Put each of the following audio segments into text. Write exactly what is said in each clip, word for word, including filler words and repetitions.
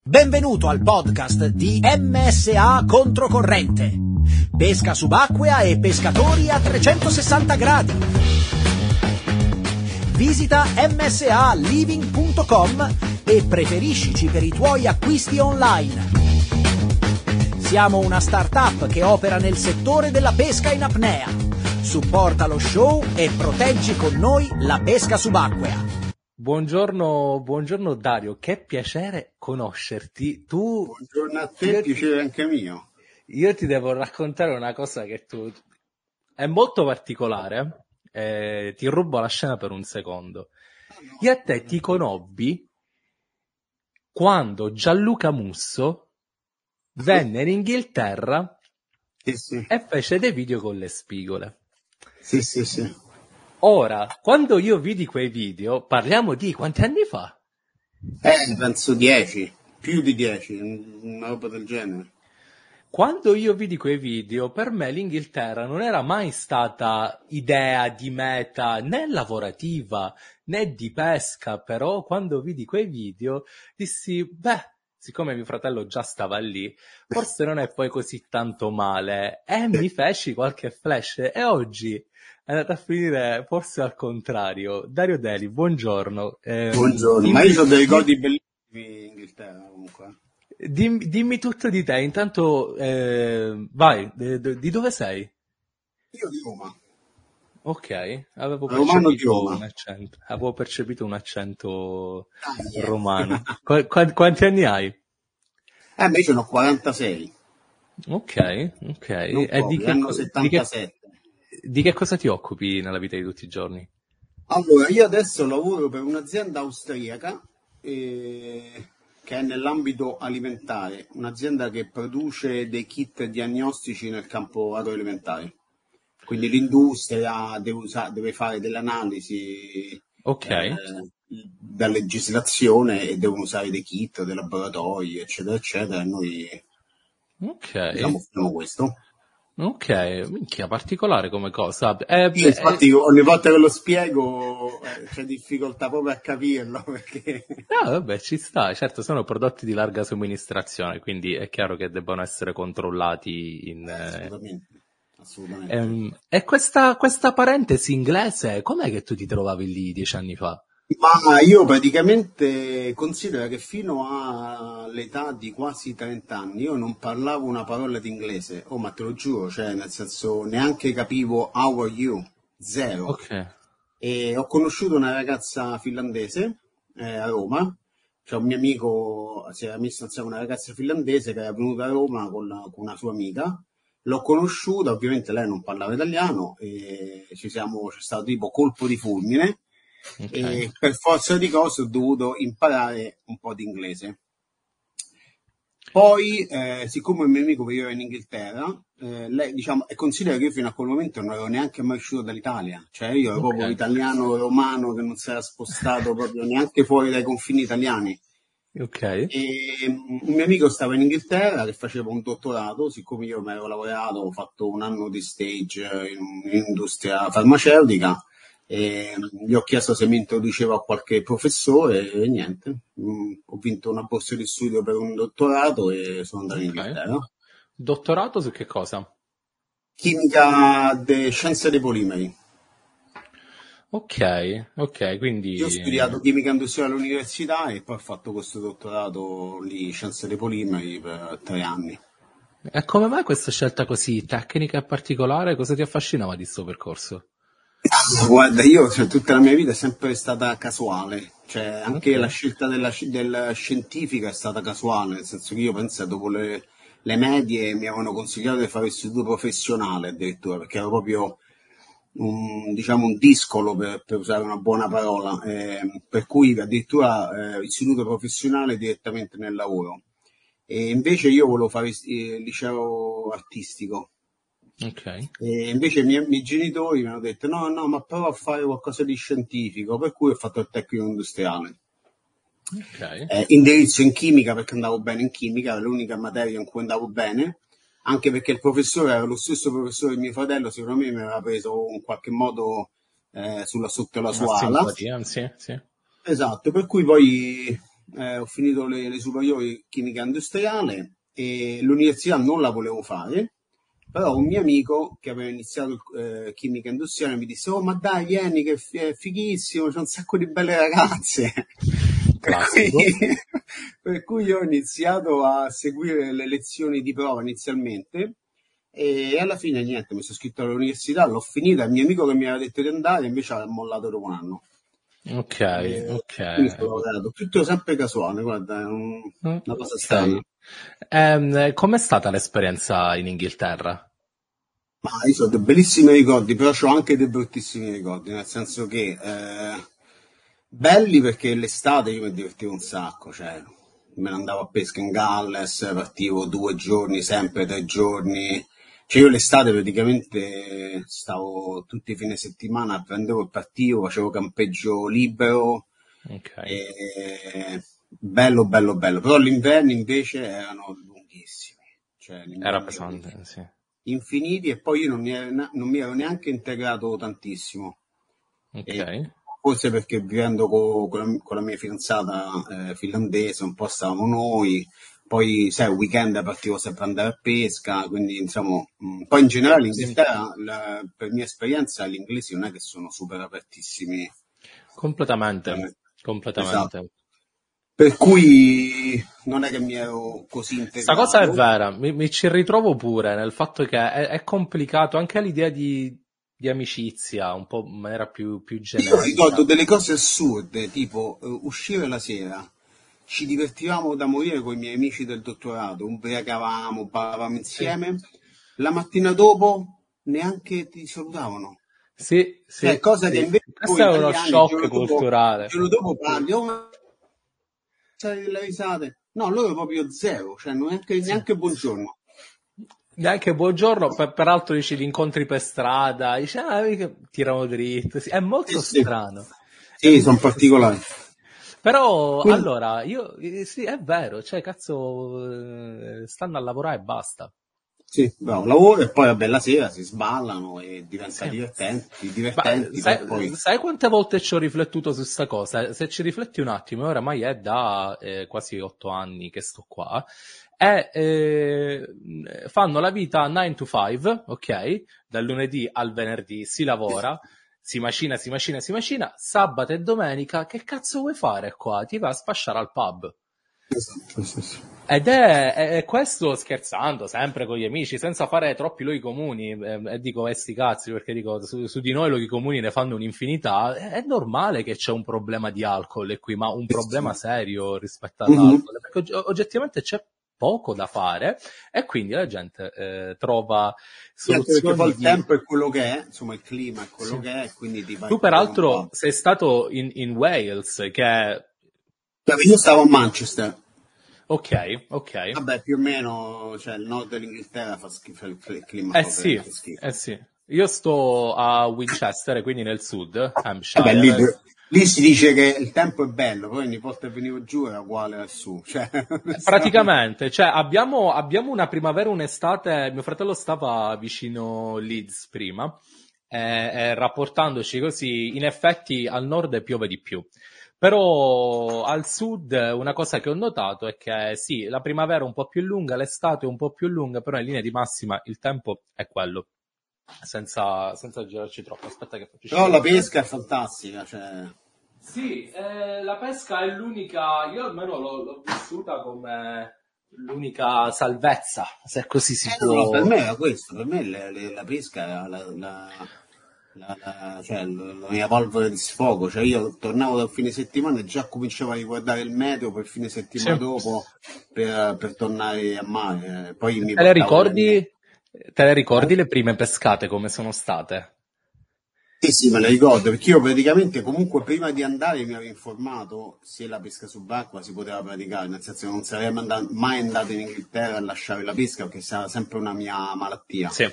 Benvenuto al podcast di M S A Controcorrente. Pesca subacquea e pescatori a trecentosessanta gradi. Visita m s a living punto com e preferiscici per i tuoi acquisti online. Siamo una startup che opera nel settore della pesca in apnea. Supporta lo show e proteggi con noi la pesca subacquea. Buongiorno, buongiorno Dario, che piacere conoscerti. Tu, Buongiorno a te, piacere anche mio. Io ti devo raccontare una cosa che tu è molto particolare, eh, ti rubo la scena per un secondo. Io a te ti conobbi quando Gianluca Musso venne in Inghilterra Sì, sì. e fece dei video con le spigole. Sì, sì, sì. Ora, quando io vidi quei video, parliamo di quanti anni fa? Eh, penso dieci, più di dieci, una roba del genere. Quando io vidi quei video, per me l'Inghilterra non era mai stata idea di meta né lavorativa né di pesca, però quando vidi quei video dissi, beh, siccome mio fratello già stava lì, forse non è poi così tanto male, e mi feci qualche flash e oggi è andata a finire forse al contrario. Dario Deli, buongiorno. Eh, Buongiorno, dimmi, ma io ho dei ricordi bellissimi in Inghilterra comunque. dimmi, dimmi tutto di te, intanto eh, vai, de- de- di dove sei? Io di Roma. Ok, avevo Romano di percepito Roma. un accento, avevo percepito un accento Ah, yeah. romano. Qu- qu- quanti anni hai? Eh, ma io sono quarantasei, Ok, ok. non E di pochi, che, anno co- di che, settantasette. di che cosa ti occupi nella vita di tutti i giorni? Allora, io adesso lavoro per un'azienda austriaca eh, che è nell'ambito alimentare, un'azienda che produce dei kit diagnostici nel campo agroalimentare. Quindi l'industria deve, usa- deve fare delle analisi Ok, eh, da legislazione e devono usare dei kit, dei laboratori, eccetera, eccetera, e noi diciamo ok, facciamo questo. ok, minchia, particolare come cosa. Eh, Io beh, eh, infatti ogni volta che lo spiego eh, c'è difficoltà proprio a capirlo perché no, vabbè, ci sta, certo, sono prodotti di larga somministrazione, quindi è chiaro che debbano essere controllati in... Eh, eh, assolutamente, assolutamente. ehm, e questa, questa parentesi inglese, com'è che tu ti trovavi lì dieci anni fa? Ma io praticamente considero che fino all'età di quasi trenta anni io non parlavo una parola di inglese, oh ma te lo giuro, cioè nel senso neanche capivo how are you, zero. Ok, E ho conosciuto una ragazza finlandese eh, a Roma, cioè un mio amico si era messo insieme a una ragazza finlandese che era venuta a Roma con, la- con una sua amica, l'ho conosciuta, ovviamente lei non parlava italiano e ci siamo, c'è stato tipo colpo di fulmine ok, e per forza di cose ho dovuto imparare un po' di inglese. Poi, eh, siccome il mio amico viveva in Inghilterra, eh, lei, diciamo, e considera che io fino a quel momento non ero neanche mai uscito dall'Italia, cioè io ero proprio ok, italiano romano che non si era spostato proprio neanche fuori dai confini italiani. ok, E mm, un mio amico stava in Inghilterra che faceva un dottorato, siccome io mi ero lavorato, ho fatto un anno di stage eh, in, in industria farmaceutica e mm, gli ho chiesto se mi introduceva a qualche professore e niente, mm, ho vinto una borsa di studio per un dottorato e sono andato in ok. Inghilterra. Dottorato su che cosa? Chimica de scienze dei polimeri. Ok, ok, Io ho quindi... studiato chimica industriale all'università e poi ho fatto questo dottorato lì, scienze dei polimeri, per tre anni. E come mai questa scelta così tecnica e particolare? Cosa ti affascinava di questo percorso? Guarda, io cioè, tutta la mia vita è sempre stata casuale, cioè anche la Ok, scelta della, sci- del scientifica è stata casuale, nel senso che io penso che dopo le, le medie mi avevano consigliato di fare istituto professionale addirittura, perché ero proprio un, diciamo, un discolo per, per usare una buona parola, eh, per cui addirittura eh, istituto professionale direttamente nel lavoro. E invece io volevo fare il liceo artistico. ok, E invece i miei, miei genitori mi hanno detto no, no, ma prova a fare qualcosa di scientifico, per cui ho fatto il tecnico industriale. ok, Eh, indirizzo in chimica perché andavo bene in chimica, era l'unica materia in cui andavo bene, anche perché il professore era lo stesso professore di mio fratello, secondo me mi aveva preso in qualche modo eh, sulla, sotto la una sua ala. simpatia, sì, sì. Esatto, per cui poi eh, ho finito le, le superiori chimica industriale e l'università non la volevo fare, però un mio amico che aveva iniziato eh, chimica industriale mi disse: oh, ma dai, vieni che è fighissimo, c'è un sacco di belle ragazze. Per cui, per cui io ho iniziato a seguire le lezioni di prova inizialmente e alla fine niente, mi sono iscritto all'università, l'ho finita, il mio amico che mi aveva detto di andare invece ha mollato dopo un anno. Ok, eh, ok. Tutto sempre casuale, guarda, è un, una cosa okay. strana. Um, com'è stata l'esperienza in Inghilterra? Ma io ho dei bellissimi ricordi, però ho anche dei bruttissimi ricordi, nel senso che eh, belli perché l'estate io mi divertivo un sacco, cioè me ne andavo a pesca in Galles, partivo due giorni, sempre tre giorni, cioè io l'estate praticamente stavo tutti i fine settimana, prendevo e partivo, facevo campeggio libero, okay. e... bello bello bello, però l'inverno invece erano lunghissimi, cioè Era pesante, sì. infiniti, e poi io non mi ero, non mi ero neanche integrato tantissimo. Okay. E forse perché vivendo co, con, la, con la mia fidanzata eh, finlandese un po' stavamo noi, poi sai, il weekend partivo sempre ad andare a pesca, quindi insomma, mh, poi in generale l'Inghilterra, la, per mia esperienza, gli inglesi non è che sono super apertissimi. Completamente, eh, completamente. Esatto. Per cui non è che mi ero così integrato. Sta cosa è vera, mi, mi ci ritrovo pure nel fatto che è, è complicato anche l'idea di, di amicizia, un po' in maniera più, più generica. Io ricordo delle cose assurde, tipo uh, uscire la sera, ci divertivamo da morire con i miei amici del dottorato, ubriacavamo, ballavamo insieme, sì. La mattina dopo neanche ti salutavano. Sì, sì. Cioè, cosa sì. che invece questo è uno shock culturale. Il giorno dopo parli, oh, delle risate. No, loro proprio zero, cioè neanche, neanche buongiorno. Neanche buongiorno, per, peraltro dici li incontri per strada, dici, ah, tirano dritto, sì, è molto sì, strano. Sì, sono particolari. Però, Quindi... allora, io, sì, è vero, cioè, cazzo, stanno a lavorare e basta. Sì, bravo, lavoro e poi vabbè la sera si sballano e diventa sì. divertenti, divertenti. sai, poi... sai quante volte ci ho riflettuto su sta cosa? Se ci rifletti un attimo, oramai è da eh, quasi otto anni che sto qua, e eh, fanno la vita nine to five, ok? Dal lunedì al venerdì si lavora, si macina, si macina, si macina, sabato e domenica, che cazzo vuoi fare qua? Ti vai a spasciare al pub. Esatto, sì, sì. Ed è, è questo scherzando, sempre con gli amici, senza fare troppi luoghi comuni, e eh, dico eh, sti cazzi, perché dico su, su di noi luoghi comuni ne fanno un'infinità, è, è normale che c'è un problema di alcol qui, ma un problema serio rispetto all'alcol, mm-hmm. perché og- oggettivamente c'è poco da fare e quindi la gente eh, trova soluzioni. Perché poi il di... tempo è quello che è, insomma il clima è quello sì. che è, quindi ti vai. Tu peraltro sei stato in, in Wales, che io stavo a Manchester. Ok, ok. Vabbè, più o meno, cioè il nord dell'Inghilterra fa schifo, il clima eh fa sì, schifo. Eh sì. Io sto a Winchester, quindi nel sud, Hampshire. Vabbè, lì, lì si dice che il tempo è bello, poi ogni volta che venivo giù era uguale al su. Cioè, praticamente, cioè abbiamo, abbiamo una primavera, un'estate, mio fratello stava vicino Leeds prima, e, e rapportandoci così, in effetti al nord piove di più. Però al sud una cosa che ho notato è che sì, la primavera è un po' più lunga, l'estate è un po' più lunga, però in linea di massima il tempo è quello, senza, senza girarci troppo. Aspetta che faccio. Però la pesca è fantastica, cioè... Sì, eh, la pesca è l'unica, io almeno l'ho, l'ho vissuta come l'unica salvezza, se così si eh, può. No, per me era questo, per me le, le, la pesca era la... la... La, la, cioè, la mia valvola di sfogo, cioè io tornavo dal fine settimana e già cominciavo a riguardare il meteo per il fine settimana sì. dopo per, per tornare a mare. Poi mi te le ricordi, le... te le ricordi eh? le prime pescate come sono state? Sì, sì, me le ricordo, perché io praticamente comunque prima di andare mi avevo informato se la pesca subacquea si poteva praticare, nel senso che non sarei mai andato in Inghilterra a lasciare la pesca perché sarà sempre una mia malattia. Sì.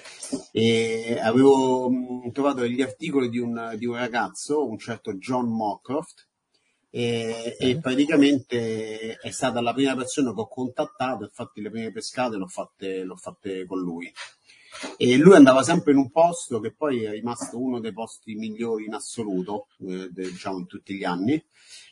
E avevo mh, trovato degli articoli di un, di un ragazzo, un certo John Moorcroft, e, sì. e praticamente è stata la prima persona che ho contattato, infatti le prime pescate l'ho fatte, l'ho fatte con lui. e lui andava sempre in un posto che poi è rimasto uno dei posti migliori in assoluto, eh, diciamo in tutti gli anni,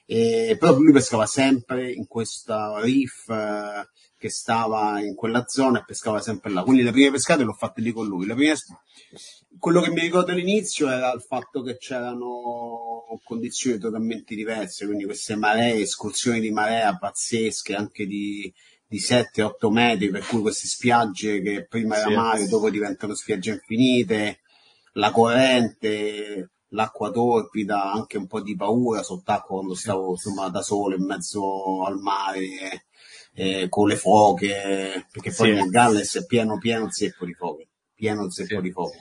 e però lui pescava sempre in questa reef eh, che stava in quella zona e pescava sempre là, quindi le prime pescate l'ho fatte lì con lui. Le prime... quello che mi ricordo all'inizio era il fatto che c'erano condizioni totalmente diverse, quindi queste maree, escursioni di marea pazzesche, anche di, di sette otto metri, per cui queste spiagge che prima era Sì. mare dopo diventano spiagge infinite, la corrente, l'acqua torpida, anche un po' di paura sott'acqua quando stavo insomma da solo in mezzo al mare, eh, con le foche, perché poi Sì. nel Galles è pieno pieno zeppo di foche, pieno zeppo Sì. di foche.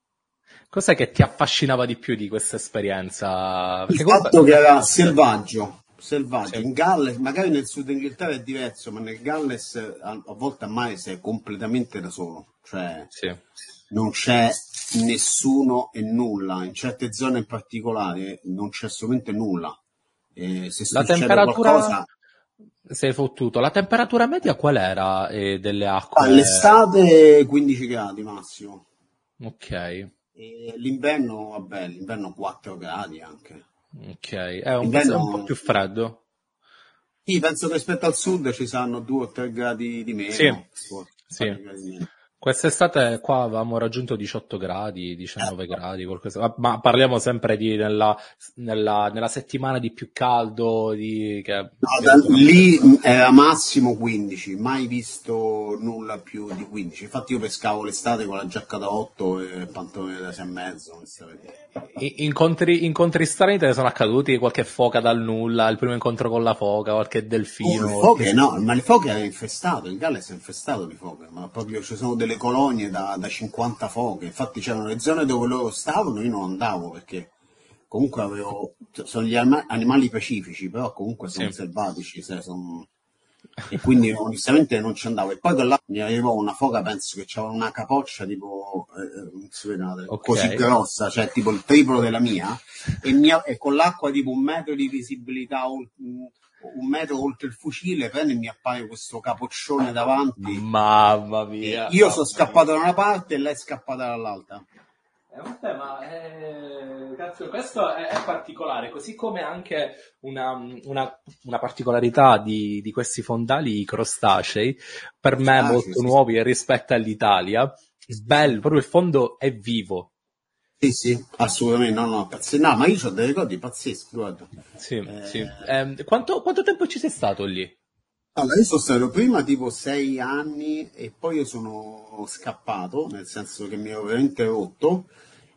Cos'è che ti affascinava di più di questa esperienza? Il Perché fatto comunque... che era selvaggio, selvaggio. Sì. In Galles, magari nel sud Inghilterra è diverso, ma nel Galles a, a volte a mare sei completamente da solo, cioè Sì. non c'è nessuno e nulla, in certe zone in particolare non c'è assolutamente nulla. Eh, se La succede temperatura... qualcosa... Sei fottuto. La temperatura media qual era eh, delle acque? All'estate quindici gradi massimo. Ok, E l'inverno, vabbè, l'inverno quattro gradi anche. ok. È un, po', è L'inverno... un po' più freddo. Sì, penso che rispetto al sud ci saranno due o tre gradi di meno. Sì, quattro sì. gradi di meno. Quest'estate qua avevamo raggiunto diciotto gradi, diciannove gradi, qualcosa. Ma parliamo sempre di nella, nella, nella settimana di più caldo, di, che No, abbiamo da- lì era massimo quindici, mai visto nulla più di quindici. Infatti io pescavo l'estate con la giacca da otto e pantalone da sei e mezzo. onestamente. I- Incontri, incontri strani te ne sono accaduti? Qualche foca dal nulla, il primo incontro con la foca, qualche Oh, delfino? le qualche- foche no, ma le foche era infestato, il Galles è infestato di foche, ma proprio ci sono delle colonie da, da cinquanta foche. Infatti c'erano le zone dove loro stavano, io non andavo perché comunque avevo, sono gli anima- animali pacifici, però comunque sono Sì. selvatici, sai, son- e quindi onestamente non ci andavo. E poi con là mi arrivò una foca, penso che c'aveva una capoccia tipo, eh, eh, non si vede nada, Ok. così grossa, cioè tipo il triplo della mia, e, mia- e con l'acqua tipo un metro di visibilità, ol- un metro oltre il fucile, prende e mi appare questo capoccione davanti. Mamma E mia. io mamma sono scappato da una parte e lei è scappata dall'altra. È un tema, eh, cazzo, questo è, è particolare, così come anche una, una, una particolarità di, di questi fondali crostacei, per me Crostacei, molto sì. nuovi rispetto all'Italia, bello, proprio il fondo è vivo. Sì, sì, assolutamente, no, no, pazz- no, ma io ho dei ricordi pazzeschi, guarda. Sì, Eh, sì. Ehm, quanto, quanto tempo ci sei stato lì? Allora, io sono stato prima tipo sei anni e poi io sono scappato, nel senso che mi ero veramente rotto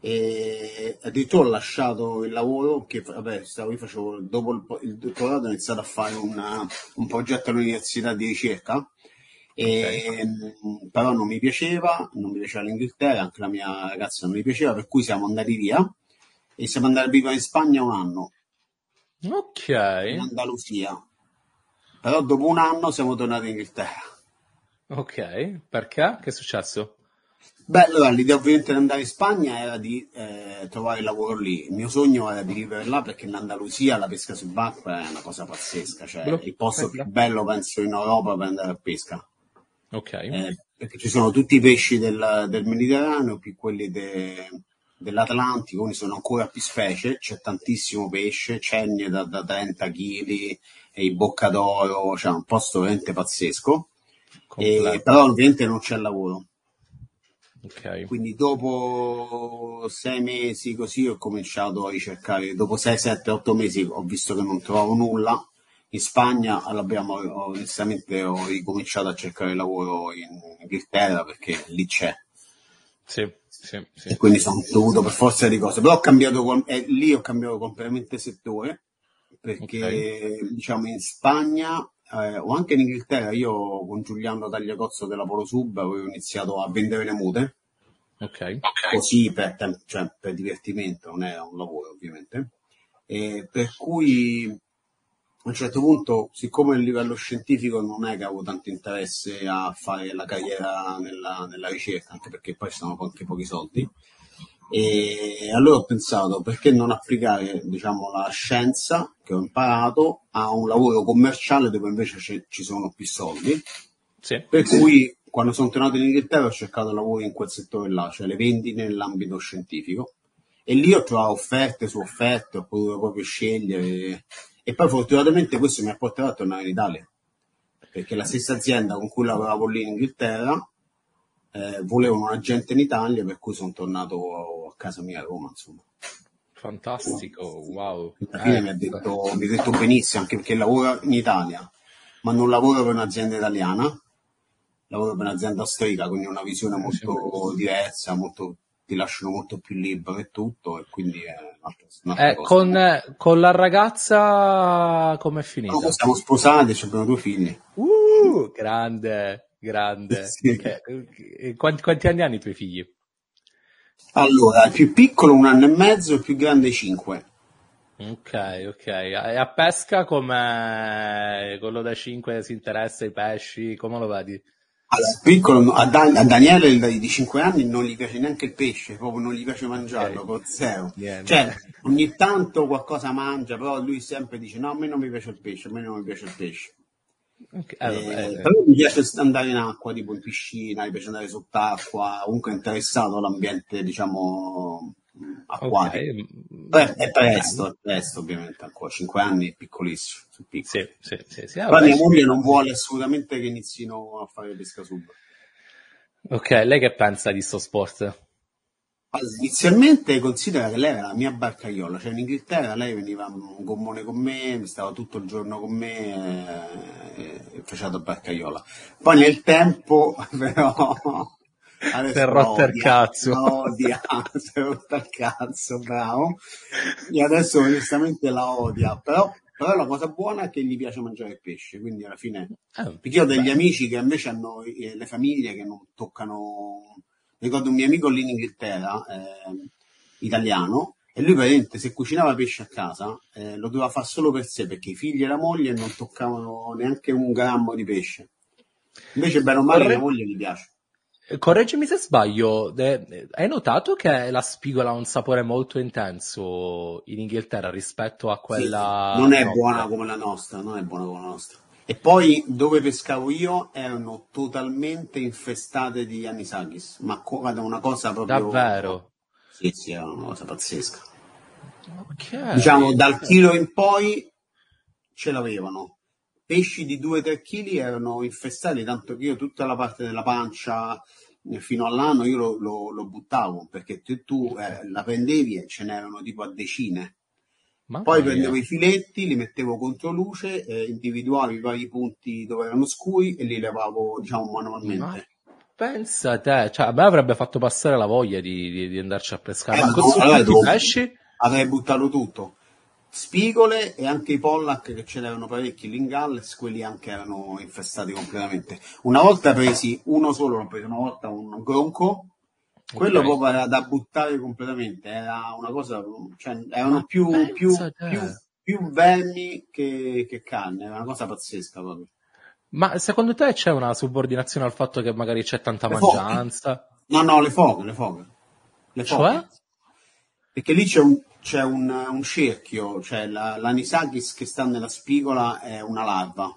e addirittura ho lasciato il lavoro che, vabbè, stavo, io facevo, dopo il, il dottorato ho iniziato a fare una- un progetto all'università di ricerca, e, mh, però non mi piaceva, non mi piaceva l'Inghilterra, anche la mia ragazza non mi piaceva, per cui siamo andati via e siamo andati a vivere in Spagna un anno, in Ok, Andalusia, però dopo un anno siamo tornati in Inghilterra. ok, perché? Che è successo? Beh, allora l'idea ovviamente di andare in Spagna era di eh, trovare lavoro lì. Il mio sogno era di vivere là perché in Andalusia la pesca subacquea è una cosa pazzesca, cioè Blu- il posto aspetta. più bello penso in Europa per andare a pesca. Ok, Eh, perché ci sono tutti i pesci del, del Mediterraneo più quelli de- dell'Atlantico, quindi sono ancora più specie, c'è tantissimo pesce, cenne da, da trenta chili e i boccadoro, cioè un posto veramente pazzesco, e, completo. però ovviamente non c'è lavoro. Ok, Quindi dopo sei mesi così ho cominciato a ricercare, dopo sei, sette, otto mesi ho visto che non trovavo nulla. In Spagna l'abbiamo, ho, onestamente ho ricominciato a cercare lavoro in Inghilterra perché lì c'è. sì, sì, sì. E quindi sono dovuto per forza di cose. Però ho cambiato, com- eh, lì ho cambiato completamente settore perché diciamo in Spagna eh, o anche in Inghilterra io con Giuliano Tagliacozzo della Polo Sub avevo iniziato a vendere le mute. Ok, Così per, tem- cioè, per divertimento, non era un lavoro ovviamente, e per cui a un certo punto, siccome a livello scientifico non è che avevo tanto interesse a fare la carriera nella, nella ricerca, anche perché poi ci sono anche pochi soldi, e allora ho pensato perché non applicare diciamo, la scienza che ho imparato a un lavoro commerciale dove invece ci ci sono più soldi. sì. Per cui quando sono tornato in Inghilterra ho cercato lavoro in quel settore là, cioè le vendite nell'ambito scientifico, e lì ho trovato offerte su offerte, ho potuto proprio scegliere, e poi fortunatamente questo mi ha portato a tornare in Italia, perché la stessa azienda con cui lavoravo lì in Inghilterra eh, volevano un agente in Italia, per cui sono tornato a casa mia a Roma, insomma. Fantastico, wow. Alla fine eh, mi ha detto, mi ha detto benissimo, anche perché lavoro in Italia, ma non lavoro per un'azienda italiana, lavoro per un'azienda austriaca, quindi una visione molto diversa, molto, ti lasciano molto più libero e tutto, e quindi è un'altra, un'altra eh, cosa. Con, con la ragazza com'è finita? No, siamo sposati, abbiamo due figli. Uh, grande, grande. Sì. Che, quanti, quanti anni hanno i tuoi figli? Allora, il più piccolo un anno e mezzo, il più grande cinque. Ok, ok. E a pesca come quello da cinque si interessa ai pesci, come lo vedi? Allora, il piccolo, a, Dan- a Daniele il di cinque anni non gli piace neanche il pesce, proprio non gli piace mangiarlo, Okay. con zero. Niente. Cioè, ogni tanto qualcosa mangia, però lui sempre dice no, a me non mi piace il pesce, a me non mi piace il pesce. Okay, eh, Eh, vabbè, eh. però mi piace andare in acqua, tipo in piscina, mi piace andare sott'acqua, comunque è interessato all'ambiente, diciamo, acquatico. Okay. Beh, è presto, è presto ovviamente ancora, cinque anni è piccolissimo, sono piccoli. Sì, sì, sì, sì. Però Vabbè, mia sì. moglie non vuole assolutamente che inizino a fare pesca subito. Ok, lei che pensa di sto sport? Allora, inizialmente considera che lei era la mia barcaiola, cioè in Inghilterra lei veniva un gommone con me, stava tutto il giorno con me e, e faceva da barcaiola. Poi nel tempo però adesso Si è la rotta il odia, cazzo. la odia, si è rotta il cazzo, bravo. E adesso onestamente la odia, però, però la cosa buona è che gli piace mangiare il pesce, quindi alla fine... Eh, Perché io ho degli beh. amici che invece hanno eh, le famiglie che non toccano... Ricordo un mio amico lì in Inghilterra, eh, italiano, e lui praticamente se cucinava pesce a casa eh, lo doveva fare solo per sé, perché i figli e la moglie non toccavano neanche un grammo di pesce. Invece bene o male Corre- mia moglie gli piace. Correggimi se sbaglio, de- hai notato che la spigola ha un sapore molto intenso in Inghilterra rispetto a Sì, quella... non è no, buona ok. come la nostra, non è buona come la nostra. E poi dove pescavo io erano totalmente infestate di anisakis, ma co- guarda, una cosa proprio... Davvero? Sì, sì, era una cosa pazzesca. Ok. Diciamo dal chilo in poi ce l'avevano. Pesci di due tre chili erano infestati, tanto che io tutta la parte della pancia eh, fino all'anno io lo, lo- lo buttavo, perché tu, tu, eh, la prendevi e ce n'erano tipo a decine. Mamma Poi mia. prendevo i filetti, li mettevo contro luce, eh, individuavo i vari punti dove erano scuri e li levavo, diciamo, Ma manualmente. pensa te, cioè a me avrebbe fatto passare la voglia di, di- di andarci a pescare. Eh, Ma ma con- no, su allora tutti i devo- pesci? avrei buttato tutto. Spigole e anche i pollack, che ce n'erano parecchi lì in Galles, quelli anche erano infestati completamente. Una volta presi uno solo, l'ho preso una volta un gronco, quello Ok. proprio era da buttare completamente, era una cosa, cioè erano Ma più, più, pensa te. più, più vermi che, che carne, era una cosa pazzesca proprio. Ma secondo te c'è una subordinazione al fatto che magari c'è tanta Le foche. mangianza? No, no, le foche, le foche. Le Cioè? foche. Perché lì c'è un, c'è un, un cerchio, cioè la, l'anisakis che sta nella spigola è una larva.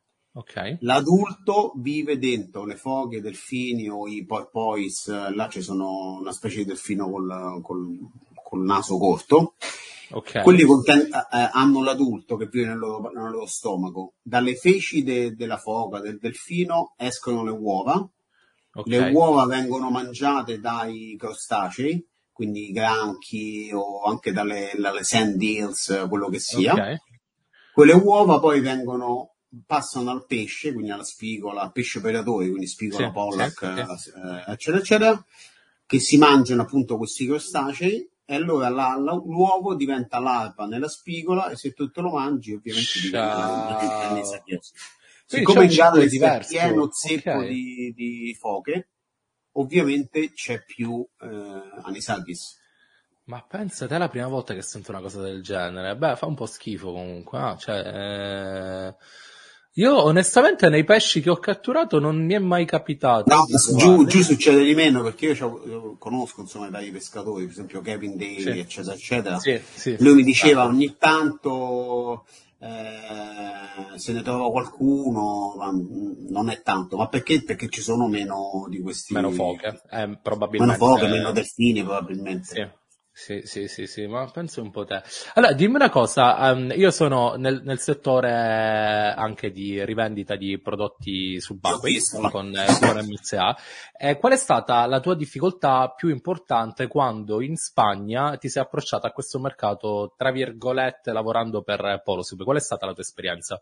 Ok. L'adulto vive dentro le foghe, delfini o i porpoise, là ci sono una specie di delfino col, col, col naso corto. Ok. Quelli conten- eh, hanno l'adulto che vive nel loro, nel loro stomaco. Dalle feci de- della foca, del delfino, escono le uova. Ok. Le uova vengono mangiate dai crostacei, quindi i granchi o anche dalle, dalle sand eels, quello che sia. Ok. Quelle uova poi vengono, passano al pesce, quindi alla spigola, al pesce predatore, quindi spigola, Sì, pollack, sì, eh, eccetera, eccetera, che si mangiano appunto questi crostacei, e allora la- la- l'uovo diventa larva nella spigola, e se tu te lo mangi ovviamente diventa Ciao. anisakis. Quindi c'è Siccome un in cibo Galles è diverso. pieno zeppo Ok. di, di foche, ovviamente c'è più eh, anisakis. Ma pensa te, è la prima volta che sento una cosa del genere. Beh, fa un po' schifo comunque. Ah, cioè, eh, io onestamente nei pesci che ho catturato non mi è mai capitato No, di giù, provarli. giù succede di meno, perché io, c'ho- io conosco insomma i vari pescatori, per esempio Kevin Daly, Sì. eccetera, eccetera. Sì, sì. Lui mi diceva Bello. ogni tanto eh, se ne trova qualcuno, ma non è tanto, ma perché? Perché ci sono meno di questi, Meno foche, eh, meno probabilmente. foche, meno delfini probabilmente. Sì, sì, sì, sì, sì, ma penso un po' te. Allora, dimmi una cosa, um, io sono nel, nel settore anche di rivendita di prodotti subacquei con, con M S A. Eh, qual è stata la tua difficoltà più importante quando in Spagna ti sei approcciata a questo mercato, tra virgolette, lavorando per Polosub? Qual è stata la tua esperienza?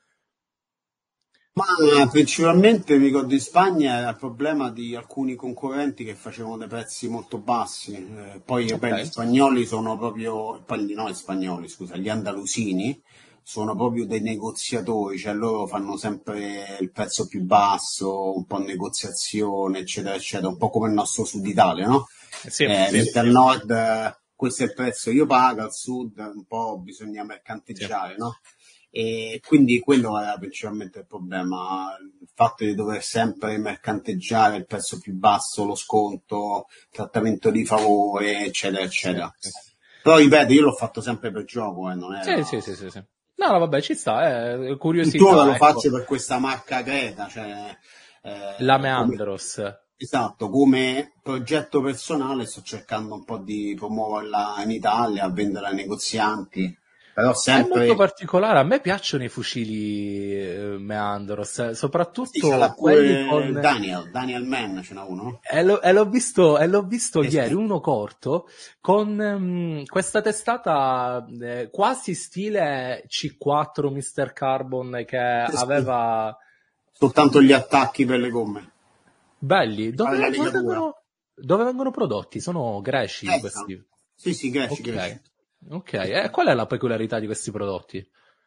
Ma principalmente mi ricordo in Spagna era il problema di alcuni concorrenti che facevano dei prezzi molto bassi. Eh, poi vabbè, Ok, gli spagnoli sono proprio, poi no, gli spagnoli, scusa, gli andalusini sono proprio dei negoziatori, cioè loro fanno sempre il prezzo più basso, un po' negoziazione, eccetera, eccetera, un po' come il nostro Sud Italia, no? sì, Eh, sì, mentre al nord eh, questo è il prezzo io pago, al sud un po' bisogna sì. mercanteggiare, no? E quindi quello era principalmente il problema, il fatto di dover sempre mercanteggiare il prezzo più basso, lo sconto, trattamento di favore, eccetera, Sì, eccetera. sì. Però ripeto, io l'ho fatto sempre per gioco, eh, non Sì, era... sì, sì, sì, sì. No, no, vabbè, ci sta, è Tuttora curiosità, lo ecco. faccio per questa marca Creta, cioè La eh, come, Meandros. esatto, come progetto personale sto cercando un po' di promuoverla in Italia, a venderla ai negozianti, però È molto sempre... particolare, a me piacciono i fucili eh, Meandros, eh, Sì, ce l'ha soprattutto quelli pure con... Daniel, Daniel Mann ce n'ha uno, no? E l'ho, e l'ho visto, e l'ho visto Eh ieri, sì, uno corto, con ehm, questa testata eh, quasi stile C quattro mister Carbon che sì, sì. aveva... Soltanto gli attacchi per le gomme. Belli, Fare la dove, dove legatura. vengono, dove vengono prodotti? Sono greci Creta. questi? Sì, sì, greci, greci. Ok, ok. E qual è la peculiarità di questi prodotti?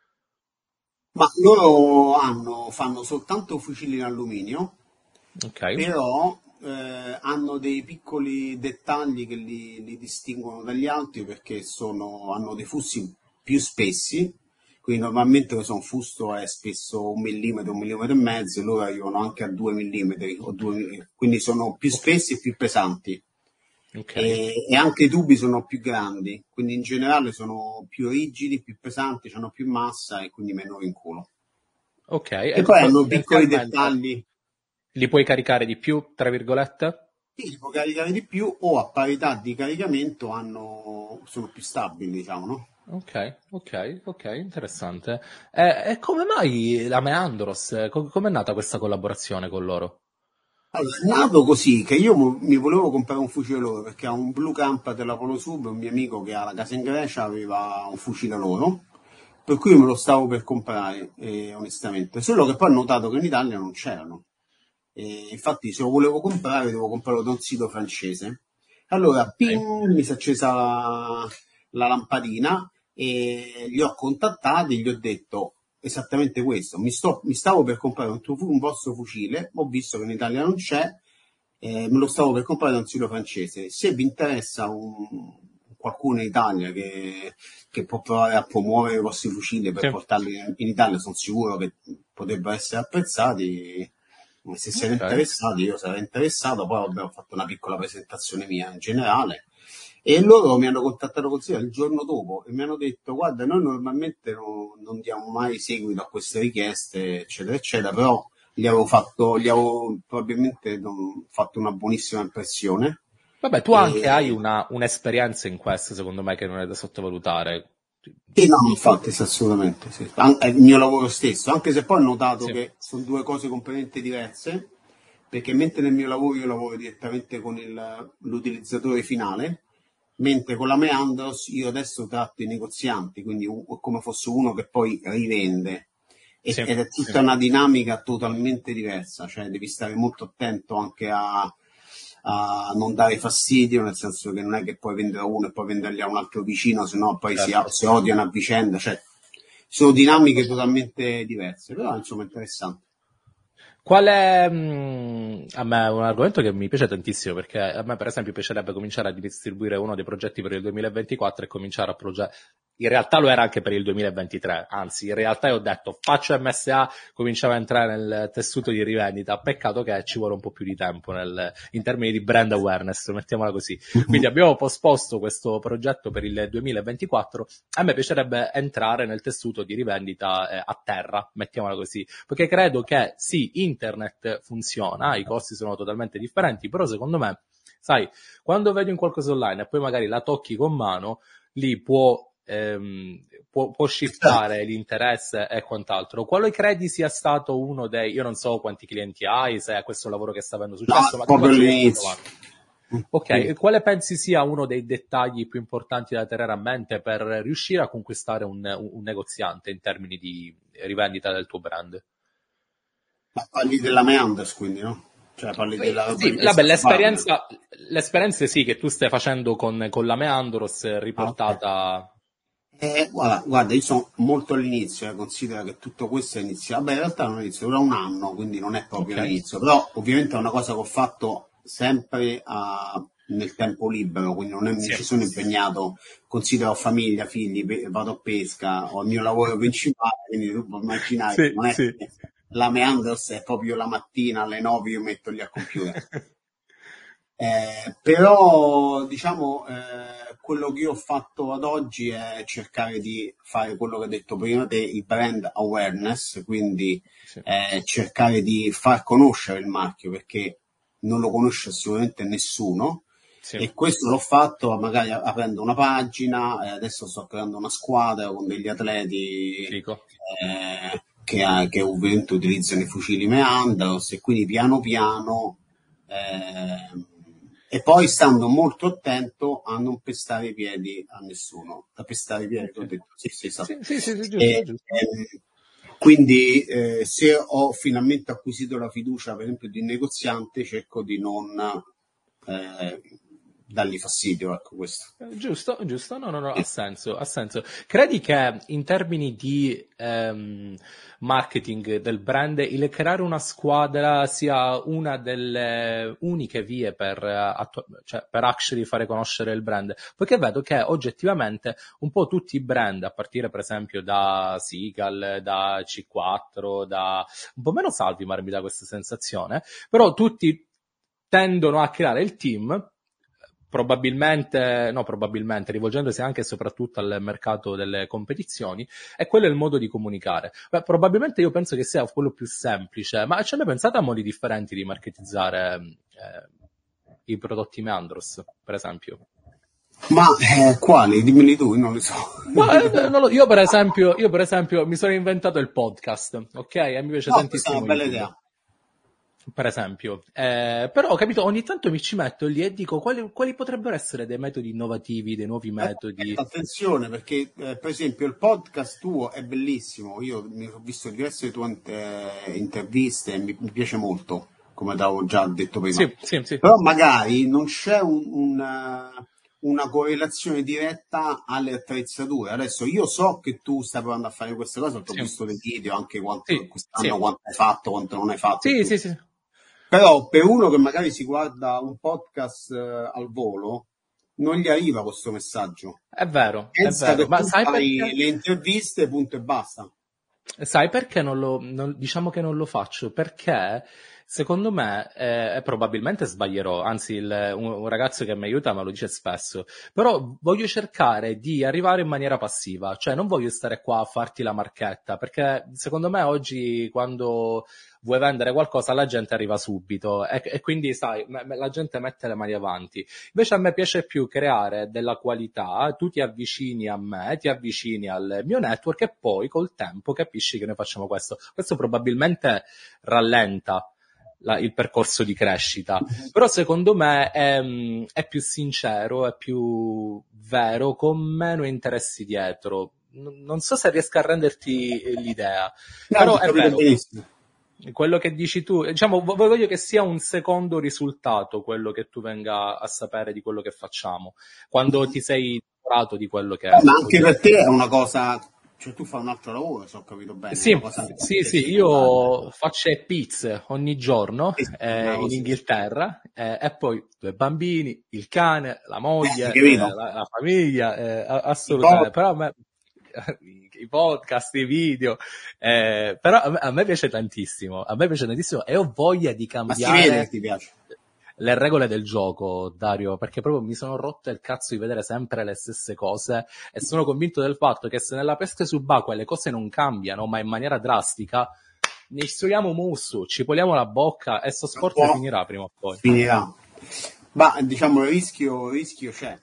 Ma loro hanno, fanno soltanto fucili in alluminio, Ok, però eh, hanno dei piccoli dettagli che li, li distinguono dagli altri perché sono, hanno dei fussi più spessi, quindi normalmente che so, un fusto è spesso un millimetro, un millimetro e mezzo, loro arrivano anche a due millimetri, o due, quindi sono più ok, spessi e più pesanti. ok. E, e anche i tubi sono più grandi, quindi in generale sono più rigidi, più pesanti, hanno più massa e quindi meno rinculo. Ok, E e poi co- hanno piccoli tendenzialmente dettagli, li puoi caricare di più, tra virgolette? sì, li può caricare di più o a parità di caricamento hanno, sono più stabili, diciamo, no? Ok, ok, ok, interessante. E, e come mai la Meandros? Co- Come è nata questa collaborazione con loro? Allora, è nato così che io mo- mi volevo comprare un fucile loro perché ha un Blue Camp della Polosub, un mio amico che ha la casa in Grecia aveva un fucile loro, per cui me lo stavo per comprare, eh, onestamente. Solo che poi ho notato che in Italia non c'erano. E infatti se lo volevo comprare devo comprarlo da un sito francese. Allora, Ok, ping, mi si è accesa la, la lampadina e li ho contattati, gli ho detto esattamente questo. Mi, sto, mi stavo per comprare un, tuo fu- un vostro fucile, ho visto che in Italia non c'è, eh, me lo stavo per comprare da un sito francese. Se vi interessa un, qualcuno in Italia che, che può provare a promuovere i vostri fucili per sì, portarli in, in Italia, sono sicuro che potrebbero essere apprezzati. Se siete ok, interessati, io sarei interessato. Poi vabbè, ho fatto una piccola presentazione mia in generale. E loro mi hanno contattato così il giorno dopo e mi hanno detto: Guarda, noi normalmente non, non diamo mai seguito a queste richieste, eccetera, eccetera, però gli avevo fatto, gli avevo probabilmente non- fatto una buonissima impressione. vabbè, tu anche hai E, una, un'esperienza in questo, secondo me, che non è da sottovalutare. e no, infatti, sì, assolutamente, sì. An- è il mio lavoro stesso, anche se poi ho notato Sì, che sono due cose completamente diverse, perché mentre nel mio lavoro io lavoro direttamente con il- l'utilizzatore finale, mentre con la Meandros io adesso tratto i negozianti, quindi u- come fosse uno che poi rivende. E- sì, ed è sì. tutta una dinamica totalmente diversa, cioè devi stare molto attento anche a, a non dare fastidio, nel senso che non è che puoi vendere a uno e poi vendergli a un altro vicino, se no poi si, Certo. si odiano a vicenda, cioè sono dinamiche totalmente diverse, però insomma interessante. Qual è, mh, a me è un argomento che mi piace tantissimo, perché a me per esempio piacerebbe cominciare a distribuire uno dei progetti per il duemilaventiquattro e cominciare a progettare. In realtà lo era anche per il duemilaventitré, anzi in realtà io ho detto faccio M S A, cominciamo a entrare nel tessuto di rivendita, peccato che ci vuole un po' più di tempo nel, in termini di brand awareness, mettiamola così. Quindi abbiamo posposto questo progetto per il duemilaventiquattro, a me piacerebbe entrare nel tessuto di rivendita eh, a terra, mettiamola così, perché credo che sì, internet funziona, i costi sono totalmente differenti, però secondo me, sai, quando vedi un qualcosa online e poi magari la tocchi con mano, lì può Ehm, può, può shiftare l'interesse e quant'altro. Quale credi sia stato uno dei, io non so quanti clienti hai, se è questo lavoro che sta avendo successo, no, ma proprio all'inizio. Ok, e quale pensi sia uno dei dettagli più importanti da tenere a mente per riuscire a conquistare un, un negoziante in termini di rivendita del tuo brand? Ma parli della Meanders, quindi, no? Cioè parli della sì, vabbè, l'esperienza, l'esperienza sì che tu stai facendo con, con la Meandros riportata... Okay. Eh, guarda, guarda, io sono molto all'inizio, eh, considera che tutto questo è iniziato, vabbè in realtà non è iniziato, dura un anno, quindi non è proprio Okay. l'inizio, però ovviamente è una cosa che ho fatto sempre a, nel tempo libero, quindi non è, mi Sì. ci sono impegnato, considero famiglia, figli, pe- vado a pesca, ho il mio lavoro principale, quindi tu puoi immaginare, Sì, non è sì. che la Meanders è proprio la mattina alle nove io metto lì al computer. Eh, però diciamo eh, quello che io ho fatto ad oggi è cercare di fare quello che ho detto prima te, il brand awareness, quindi Sì. eh, cercare di far conoscere il marchio perché non lo conosce assolutamente nessuno. Sì. E questo l'ho fatto magari aprendo una pagina, eh, adesso sto creando una squadra con degli atleti eh, che, che ovviamente utilizzano i fucili Meandros e quindi piano piano eh, e poi stando molto attento a non pestare i piedi a nessuno, a pestare i piedi, Okay. ho detto, sì, sì, esatto. Sì, sì, sì, giusto, E, giusto. ehm, quindi eh, se ho finalmente acquisito la fiducia, per esempio, di un negoziante, cerco di non eh, dargli fastidio, ecco questo. Giusto, giusto, no, no, no, ha senso, ha senso. Credi che in termini di ehm, marketing del brand, il creare una squadra sia una delle uniche vie per, eh, attu- cioè, per actually fare conoscere il brand? Perché vedo che oggettivamente un po' tutti i brand, a partire per esempio da Seagal, da C quattro, da un po' meno Salvimar mi dà questa sensazione, però tutti tendono a creare il team, probabilmente, no probabilmente, rivolgendosi anche e soprattutto al mercato delle competizioni, e quello è il modo di comunicare. Beh, probabilmente io penso che sia quello più semplice, ma ci hai mai pensato a modi differenti di marketizzare eh, i prodotti Meandros, per esempio? Ma eh, quali? Dimmeli tu, non li so. Ma, eh, non lo- io, per esempio, io per esempio mi sono inventato il podcast, ok? E mi piace No, questa è tantissimo una bella YouTube. idea. Per esempio, eh, però ho capito, ogni tanto mi ci metto lì e dico quali, quali potrebbero essere dei metodi innovativi, dei nuovi metodi. Attenzione perché eh, per esempio il podcast tuo è bellissimo, io mi ho visto diverse tue ante- interviste e mi, mi piace molto, come avevo già detto prima. Sì, sì, sì. Però magari non c'è un, una, una correlazione diretta alle attrezzature. Adesso io so che tu stai provando a fare queste cose, ho Sì. visto dei video anche quanto, Sì, quest'anno sì. quanto hai fatto, quanto non hai fatto. e Sì, tutto. sì, sì. Però per uno che magari si guarda un podcast eh, al volo, non gli arriva questo messaggio. È vero, è Pensa vero. che Ma tu sai fai perché? le interviste, punto e basta. Sai perché non lo, non- diciamo che non lo faccio? Perché secondo me, eh, e probabilmente sbaglierò, anzi il- un, un ragazzo che mi aiuta me lo dice spesso, però voglio cercare di arrivare in maniera passiva, cioè non voglio stare qua a farti la marchetta, perché secondo me oggi quando vuoi vendere qualcosa la gente arriva subito e, e quindi sai, me- me- la gente mette le mani avanti. Invece a me piace più creare della qualità, tu ti avvicini a me, ti avvicini al mio network e poi col tempo capisci che noi facciamo questo. Questo probabilmente rallenta la- il percorso di crescita, però secondo me è, mm, è più sincero, è più vero, con meno interessi dietro. N- Non so se riesco a renderti l'idea, No, però ti ho è capito vero. benissimo. Quello che dici tu, diciamo, vo- voglio che sia un secondo risultato quello che tu venga a sapere di quello che facciamo, quando ti sei innamorato di quello che Ma che anche voglio per te è una cosa cioè tu fai un altro lavoro, se ho capito bene. Sì, cosa sì, sì, io faccio pizze ogni giorno Sì, eh, in così. Inghilterra eh, e poi due bambini, il cane, la moglie, Hai eh, capito? la, la famiglia, eh, a- I po- assolutamente. Però a me i i podcast, i video, eh, però a me, a me piace tantissimo, a me piace tantissimo e ho voglia di Ma si vede che cambiare ti piace. le regole del gioco, Dario, perché proprio mi sono rotto il cazzo di vedere sempre le stesse cose e sono convinto del fatto che se nella pesca subacquea le cose non cambiano, ma in maniera drastica, ne istruiamo musso, ci poliamo la bocca e sto sport Po- finirà prima o poi. Finirà. Ma diciamo il rischio, il rischio c'è.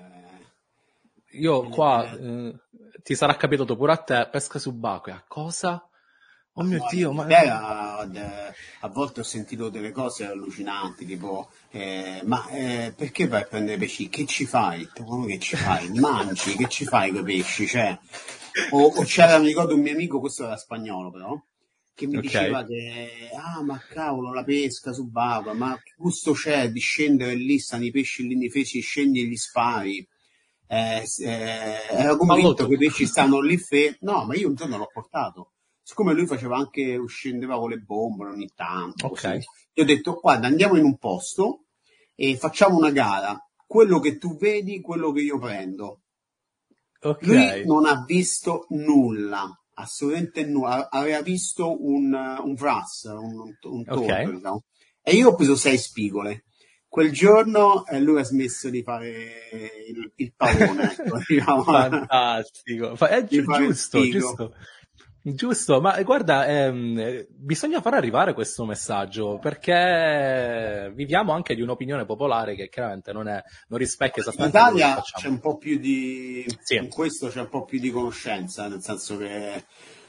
Eh, Io qua, eh, eh, ti sarà capitato pure a te, pesca subacquea, cosa? Oh mio no, in Dio, ma... Inghilterra, eh, a volte ho sentito delle cose allucinanti, tipo, eh, ma eh, perché vai a prendere pesci? Che ci fai? Come che ci fai? Mangi, che ci fai con i pesci? Cioè, o, o c'era, mi ricordo un mio amico, questo era spagnolo però, che mi Ok, diceva che, ah ma cavolo, la pesca subacquea, ma che gusto c'è di scendere lì, stanno i pesci lì nei feci, scendi e gli spari. Eh, eh, ero fallo convinto tu. che i pesci stanno lì fermi. No, ma io un giorno l'ho portato. Siccome lui faceva anche, scendeva con le bombole ogni tanto, così. Ok, Io ho detto, guarda, andiamo in un posto e facciamo una gara. Quello che tu vedi, quello che io prendo. Lui ok, non ha visto nulla, assolutamente nulla. Aveva visto un, un wrasse, un, un tordo, ok. diciamo. E io ho preso sei spigole. Quel giorno eh, lui ha smesso di fare il, il pavone, ecco, diciamo, Fantastico, Fa- è di gi- fare il giusto, spigo. giusto, giusto, ma guarda, ehm, eh, bisogna far arrivare questo messaggio perché viviamo anche di un'opinione popolare che chiaramente non, è, non rispecchia In esattamente quello che Italia c'è facciamo. un po' più di, Sì, in questo c'è un po' più di conoscenza, nel senso che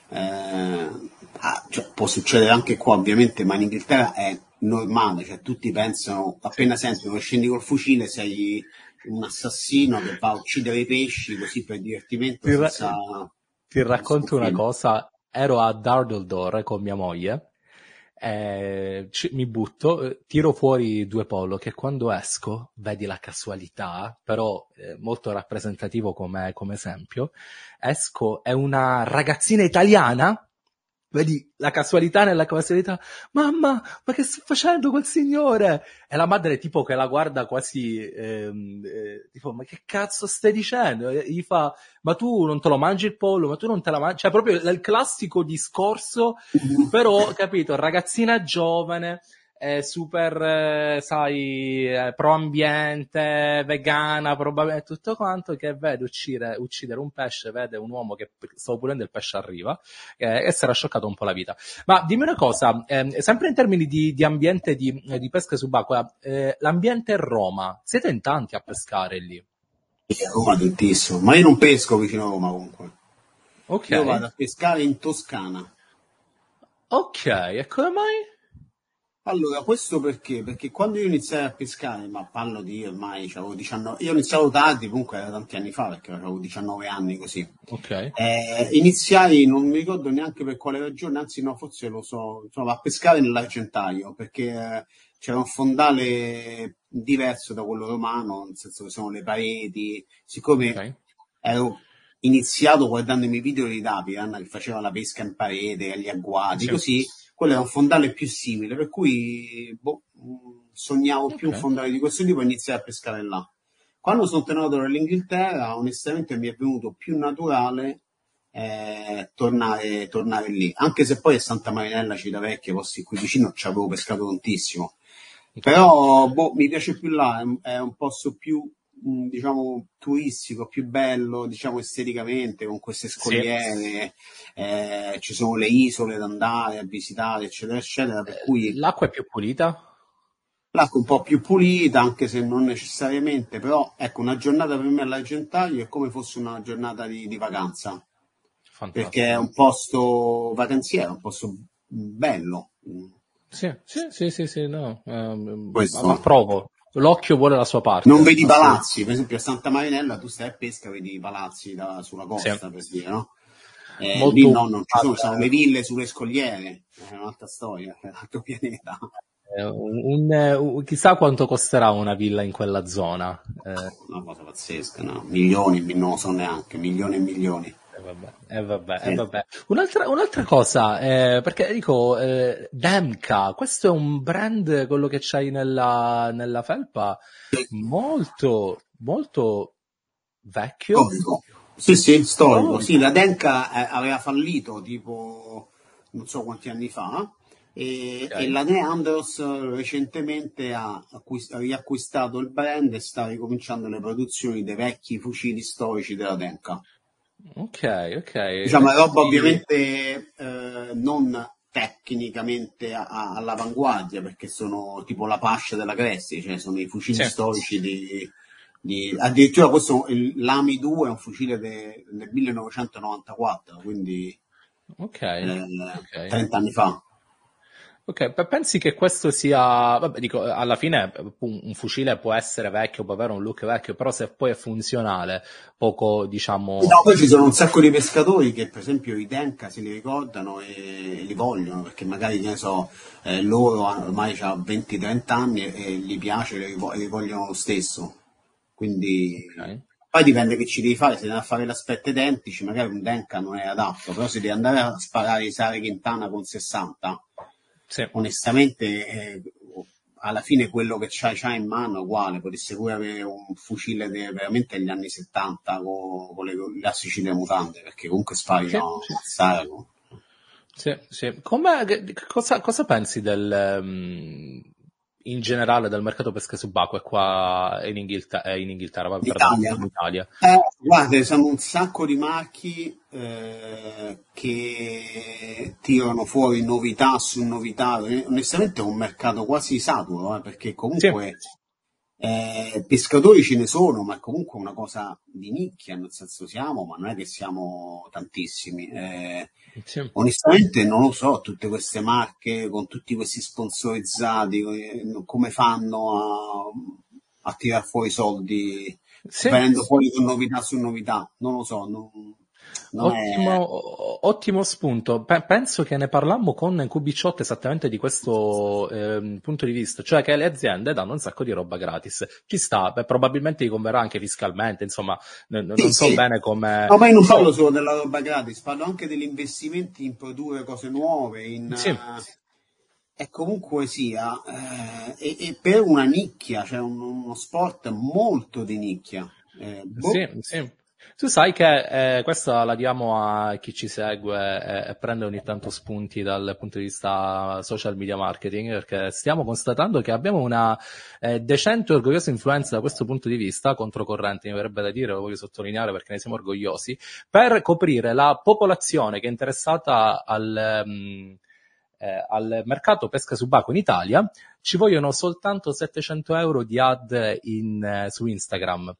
eh, ah, cioè, può succedere anche qua ovviamente, ma in Inghilterra è normale, cioè tutti pensano, sì. appena sentono che scendi col fucile sei un assassino che va a uccidere i pesci così per divertimento Ti, ra- senza, ti senza un racconto una fine. cosa, ero a Dardledor con mia moglie, eh, ci- mi butto, eh, tiro fuori due pollo che quando esco, vedi la casualità, però eh, molto rappresentativo come, come esempio, esco, è una ragazzina italiana. Vedi la casualità nella casualità, mamma, ma che sta facendo quel signore? E la madre tipo che la guarda quasi, ehm, eh, tipo, ma che cazzo stai dicendo? E gli fa, ma tu non te lo mangi il pollo, ma tu non te la mangi, cioè proprio il classico discorso, però, capito, ragazzina giovane, eh, super, eh, sai, eh, pro ambiente, vegana, probabilmente tutto quanto, che vede uccidere, uccidere un pesce, vede un uomo che stavo pulendo il pesce arriva, eh, e si era scioccato un po' la vita. Ma dimmi una cosa, ehm, sempre in termini di, di ambiente di, di pesca subacquea, eh, l'ambiente è Roma, siete in tanti a pescare lì? E a Roma tantissimo, ma io non pesco vicino a Roma comunque. Ok, Io vado a pescare in Toscana. ok, e come mai? Allora, questo perché? Perché quando io iniziai a pescare, ma parlo di ormai, avevo diciannove, io ho iniziato tardi, comunque era tanti anni fa, perché avevo diciannove anni così. Ok, Eh, iniziai, non mi ricordo neanche per quale ragione, anzi no, forse lo so, insomma, a pescare nell'Argentario, perché eh, c'era un fondale diverso da quello romano, nel senso che sono le pareti, siccome ok, ero iniziato guardandomi i video di Dapiran che faceva la pesca in parete, agli agguati, sì, così, quello era un fondale più simile, per cui boh, mh, sognavo più un ok. fondale di questo tipo e iniziai a pescare là. Quando sono tornato dall'Inghilterra, onestamente mi è venuto più naturale eh, tornare, tornare lì, anche se poi a Santa Marinella Civitavecchia, posti qui vicino, ci avevo pescato tantissimo. Però boh, mi piace più là, è un, è un posto più, mh, diciamo, turistico, più bello, diciamo, esteticamente, con queste Sì. scogliere, eh, ci sono le isole da andare a visitare, eccetera, eccetera, per cui L'acqua è più pulita? l'acqua è un po' più pulita, anche se non necessariamente, però ecco, una giornata per me all'Argentario è come fosse una giornata di, di vacanza, perché è Fantastico. un posto vacanziero, un posto bello. Sì, sì, sì, sì, sì, no, ehm, Questo. approvo. L'occhio vuole la sua parte. Non vedi i Assolut- palazzi, per esempio a Santa Marinella tu stai a pesca, vedi i palazzi da- sulla costa, Sì. per dire, no? Eh, Molto lì no, non ci sono, umile. sono le ville sulle scogliere, è un'altra storia, è un altro pianeta. Eh, un- un- un- chissà quanto costerà una villa in quella zona. Eh, Una cosa pazzesca, no? Milioni, non lo so neanche, milioni e milioni. eh, vabbè, eh, vabbè, Sì. eh, vabbè. Un'altra, un'altra cosa, eh, perché dico, eh, Demka, questo è un brand, quello che c'hai nella, nella felpa, molto, molto vecchio. Storico. Sì, sì, storico. Oh, Sì, la Denka eh, aveva fallito tipo non so quanti anni fa e, e ok, la Neandros recentemente ha acquist- riacquistato il brand e sta ricominciando le produzioni dei vecchi fucili storici della Denka. ok, ok. Diciamo, E è roba quindi, ovviamente eh, non tecnicamente a- a- all'avanguardia, perché sono tipo la Pascia della Cressi, cioè sono i fucili sì, storici di, di- addirittura questo, il- l'Ami due è un fucile de- del millenovecentonovantaquattro, quindi ok, eh, ok. trenta anni fa. Ok, pe- pensi che questo sia, vabbè, dico, alla fine un un fucile può essere vecchio, può avere un look vecchio, però se poi è funzionale, poco, diciamo, No, poi ci sono un sacco di pescatori che per esempio i Denka se li ricordano e li vogliono, perché magari, che ne so, eh, loro hanno- ormai hanno venti trenta anni e, e gli piace e li, vo- li vogliono lo stesso. Quindi ok, poi dipende che ci devi fare, se devi andare a fare l'aspetto identici, magari un Denka non è adatto, però se devi andare a sparare i Sara Quintana con sessanta, sì, onestamente eh, alla fine quello che c'hai, c'hai in mano è uguale, potresti pure avere un fucile de- veramente degli anni settanta con, con le classici delle mutande, perché comunque spari sì, a Sarago. sì, sì. Come, che- che- cosa, cosa pensi del, ehm, in generale del mercato pesca subacquea qua in Inghilterra, in Inghilterra, va, perdonami, L'Italia? in Italia? Eh, guarda, sono un sacco di marchi eh, che tirano fuori novità su novità. Eh, Onestamente è un mercato quasi saturo, eh, perché Sì, comunque eh, pescatori ce ne sono, ma è comunque una cosa di nicchia, nel senso siamo, ma non è che siamo tantissimi. Eh, sì. onestamente non lo so, tutte queste marche con tutti questi sponsorizzati, eh, come fanno a, a tirar fuori soldi Sì, venendo fuori con novità su novità, non lo so, non, non ottimo, è... o- ottimo spunto. Pe- penso che ne parlammo con Q B ciotto esattamente di questo ehm, punto di vista, cioè che le aziende danno un sacco di roba gratis. Ci sta, beh, probabilmente gli converrà anche fiscalmente, insomma, n- n- Sì, non so sì. bene come... No, ma io non Però, parlo solo della roba gratis, parlo anche degli investimenti in produrre cose nuove, in... sì, eh, e comunque sia, eh, e, e per una nicchia, cioè un- uno sport molto di nicchia. Eh, boh. sì, sì. Tu sai che eh, questa la diamo a chi ci segue e, e prende ogni tanto spunti dal punto di vista social media marketing, perché stiamo constatando che abbiamo una eh, decente e orgogliosa influenza da questo punto di vista, controcorrente mi verrebbe da dire, lo voglio sottolineare perché ne siamo orgogliosi, per coprire la popolazione che è interessata al... mm, eh, al mercato pesca subacquea in Italia, ci vogliono soltanto settecento euro di ad in, eh, su Instagram.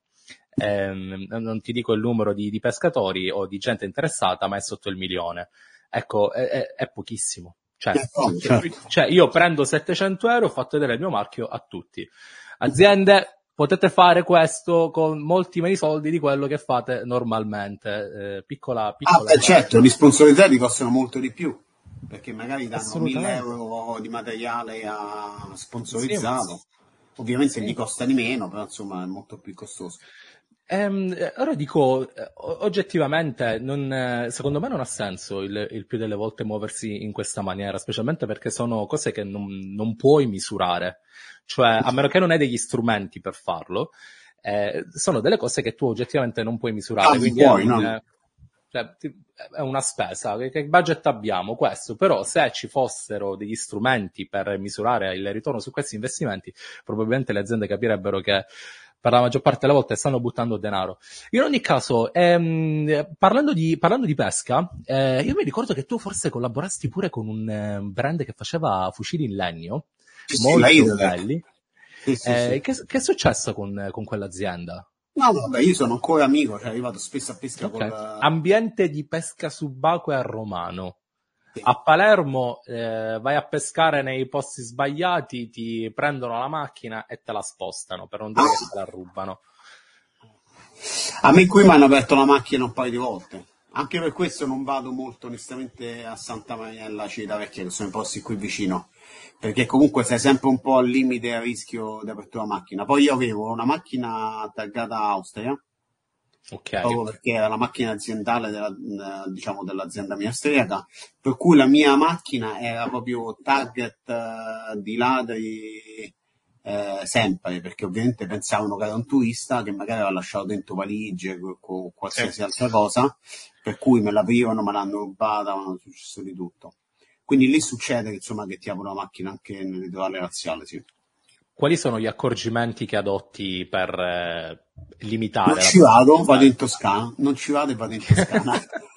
Ehm, non ti dico il numero di, di pescatori o di gente interessata, ma è sotto il milione. Ecco, è, è- è pochissimo. Cioè, Eh, no, certo. cioè, io prendo settecento euro, ho fatto vedere il mio marchio a tutti. Aziende, potete fare questo con molti meno soldi di quello che fate normalmente. Eh, piccola, Ah, piccola. beh, certo, gli sponsorizzati costano molto di più, perché magari danno mille Assolutamente. euro di materiale a Sì, sponsorizzato. Ovviamente gli sì. costa di meno, però insomma è molto più costoso. Ehm, eh, ora dico, eh, o- oggettivamente, non, eh, secondo me non ha senso il, il più delle volte muoversi in questa maniera, specialmente perché sono cose che non, non puoi misurare. Cioè, a meno che non hai degli strumenti per farlo, eh, sono delle cose che tu oggettivamente non puoi Ah, misurare. non Quindi è puoi, un, no? eh, cioè, ti- è una spesa. Che, che budget abbiamo? Questo. Però se ci fossero degli strumenti per misurare il ritorno su questi investimenti, probabilmente le aziende capirebbero che per la maggior parte delle volte stanno buttando denaro. In ogni caso, ehm, parlando, di, parlando di pesca, eh, io mi ricordo che tu forse collaborasti pure con un eh, brand che faceva fucili in legno, Sì, sì, la molto Idrotech. belli. Sì, sì, Eh, sì. che, che è successo con, con quell'azienda? No, no, vabbè, io sono ancora amico, cioè arrivato spesso a pesca Ok. col... Ambiente di pesca subacquea a Romano. Sì. A Palermo eh, vai a pescare nei posti sbagliati, ti prendono la macchina e te la spostano, per non dire che te la rubano. A me qui mi hanno aperto la macchina un paio di volte. Anche per questo non vado molto onestamente a Santa Mariella Civitavecchia, che sono i posti qui vicino, perché comunque sei sempre un po' al limite a rischio di apertura macchina. Poi io avevo una macchina targata Austria Ok. proprio perché era la macchina aziendale della, eh, diciamo, dell'azienda mia austriaca, per cui la mia macchina era proprio target eh, di ladri eh, sempre, perché ovviamente pensavano che era un turista che magari aveva lasciato dentro valigie o co- qualsiasi Sì. altra cosa, per cui me l'aprivano, me l'hanno rubata, mi è successo di tutto. Quindi lì succede, insomma, che ti aprono la macchina anche nel litorale laziale, sì. Quali sono gli accorgimenti che adotti per eh, Non limitare la ci vado, vado in possibilità? Toscana, non ci vado e vado in Toscana.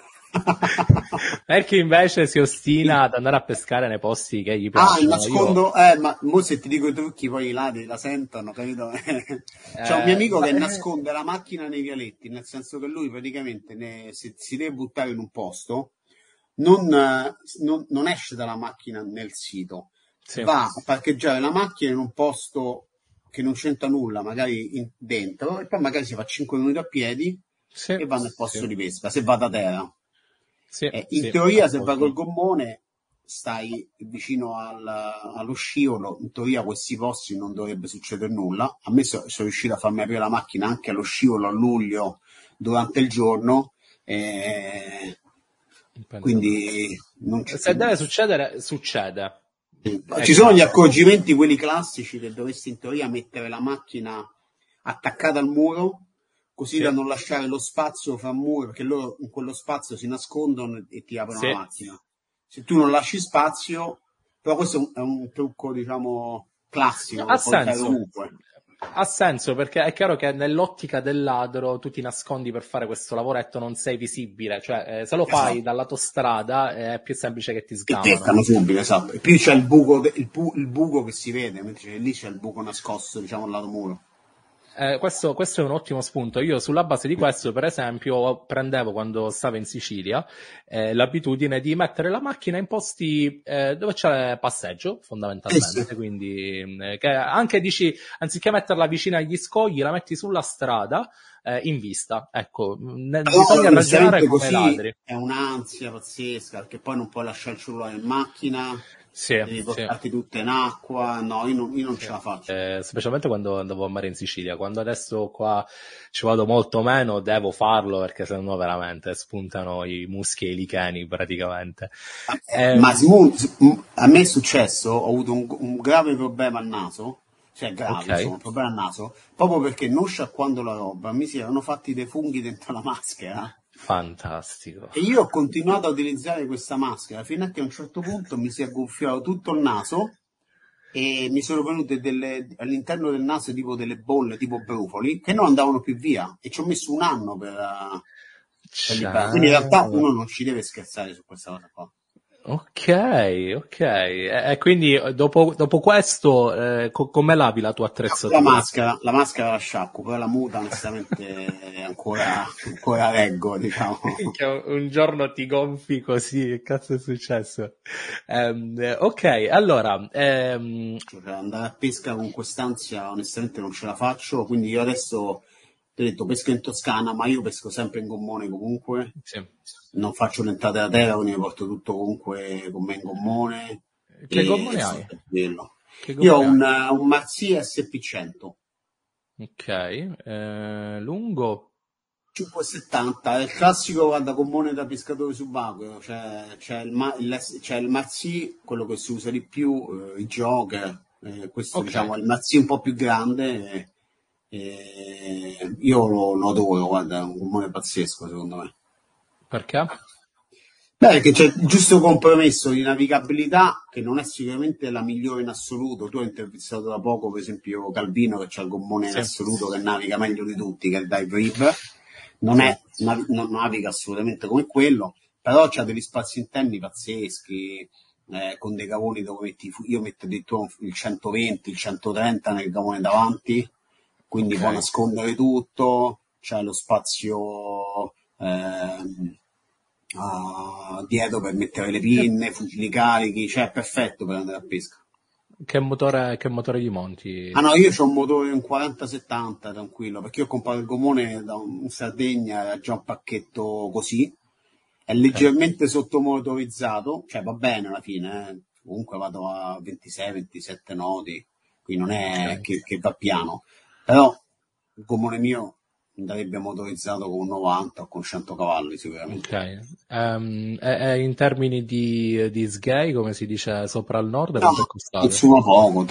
Perché invece si ostina ad andare a pescare nei posti che gli Ah, piacciono. Io, nascondo, eh, ma mo se ti dico i trucchi poi i ladri la sentono, capito? C'è un mio eh, amico ma- che eh, nasconde la macchina nei vialetti, nel senso che lui praticamente ne- se si deve buttare in un posto, non, eh, non- non esce dalla macchina nel sito, sì, va a parcheggiare la macchina in un posto che non c'entra nulla, magari in- dentro, e poi magari si fa cinque minuti a piedi sì, e va nel posto sì, di pesca, se va da terra. sì, Eh, in sì, teoria, se vai col ascolto. gommone, stai vicino al- allo scivolo. In teoria, questi posti non dovrebbe succedere nulla. A me so- sono riuscito a farmi aprire la macchina anche allo scivolo a luglio durante il giorno. eh, Pensa te. quindi non ci- Se deve succedere, succede. È ci sono gli chiaro. accorgimenti, quelli classici, che dovresti in teoria mettere la macchina attaccata al muro, così Sì, da non lasciare lo spazio fra muro, perché loro in quello spazio si nascondono e ti aprono la sì. macchina. Se tu non lasci spazio, però questo è un, è un trucco, diciamo, classico Ha che puoi fare senso. ovunque. Ha senso perché è chiaro che nell'ottica del ladro tu ti nascondi per fare questo lavoretto, non sei visibile, cioè eh, se lo fai Esatto. dalla tua strada è più semplice che ti Ti sgamano. beccano subito, esatto. E più c'è il buco, de- il, bu- il buco che si vede, mentre lì c'è il buco nascosto, diciamo, al lato muro. Eh, questo, questo è un ottimo spunto. Io sulla base di questo, per esempio, prendevo quando stavo in Sicilia eh, l'abitudine di mettere la macchina in posti eh, dove c'è passeggio, Eh sì. fondamentalmente. Quindi, eh, che anche dici, anziché metterla vicino agli scogli, la metti sulla strada eh, in vista. Ecco, ne- Però bisogna ragionare onestamente come così ladri. è un'ansia pazzesca, perché poi non puoi lasciare il cellulare in macchina, Sì, devi sì. portarti tutto in acqua. No, io non, io non Sì. ce la faccio. Eh, specialmente quando andavo a mare in Sicilia, quando adesso qua ci vado molto meno, devo farlo perché sennò veramente spuntano i muschi e i licheni praticamente. Ma Ehm, Simone, a me è successo, ho avuto un, un grave problema al naso, cioè grave, ok, insomma, un problema al naso, proprio perché non sciacquando la roba mi si erano fatti dei funghi dentro la maschera. fantastico. E io ho continuato a utilizzare questa maschera fino a che a un certo punto mi si è gonfiato tutto il naso e mi sono venute delle, all'interno del naso tipo delle bolle, tipo brufoli, che non andavano più via e ci ho messo un anno per, eh, per liberare. Quindi in realtà Ciao. uno non ci deve scherzare su questa cosa qua. Ok, ok. E, e quindi eh, dopo, dopo questo, eh, co- come lavi la tua La attrezzatura? maschera, la maschera la sciacquo, però la muta onestamente ancora, ancora reggo, diciamo. Che un giorno ti gonfi così, che cazzo è successo? Ehm, eh, ok, allora, ehm, Cioè, andare a pesca con quest'ansia onestamente non ce la faccio, quindi io adesso ti ho detto pesco in Toscana, ma io pesco sempre in gommone comunque, sì. non faccio l'entrata da terra, quindi mi porto tutto comunque con me in gommone Che e gommone sto hai? tranquillo. Che Io ho gommone hai? un, un Marzi S P cento. Ok, eh, lungo. cinque virgola settanta è il classico, guarda, gommone da pescatore subacqueo, cioè, c'è il, ma- il, c'è il Marzi, quello che si usa di più, eh, i jogger, eh, questo Ok, diciamo è il Marzi un po' più grande, eh, eh, io lo, lo adoro, guarda, è un gommone pazzesco secondo me. perché? Beh, perché c'è il giusto compromesso di navigabilità, che non è sicuramente la migliore in assoluto. Tu hai intervistato da poco, per esempio, Calvino, che c'ha il gommone in Sì, assoluto che naviga meglio di tutti, che è il Dive River. Non, sì. è, nav- non naviga assolutamente come quello, però c'ha degli spazi interni pazzeschi, eh, con dei gavoni dove metti, fu- io metto addirittura il centoventi, il centotrenta nel gavone davanti, quindi Ok. può nascondere tutto, c'è lo spazio ehm, ah, dietro per mettere le Che, pinne, fucili carichi, cioè è perfetto per andare a pesca. che motore, che motore gli Ah monti? no, io ho un motore un quaranta settanta tranquillo, perché io ho comprato il gomone da un- in Sardegna, era già un pacchetto così, è Ok, leggermente sottomotorizzato, cioè va bene alla fine, eh. Comunque vado a ventisei ventisette nodi, quindi non è ok. che, che va piano, però il gomone mio andrebbe motorizzato con novanta o con cento cavalli sicuramente. Ok. Um, e, e in termini di, di S G A E, come si dice sopra al nord, No, quanto è costato? consuma poco,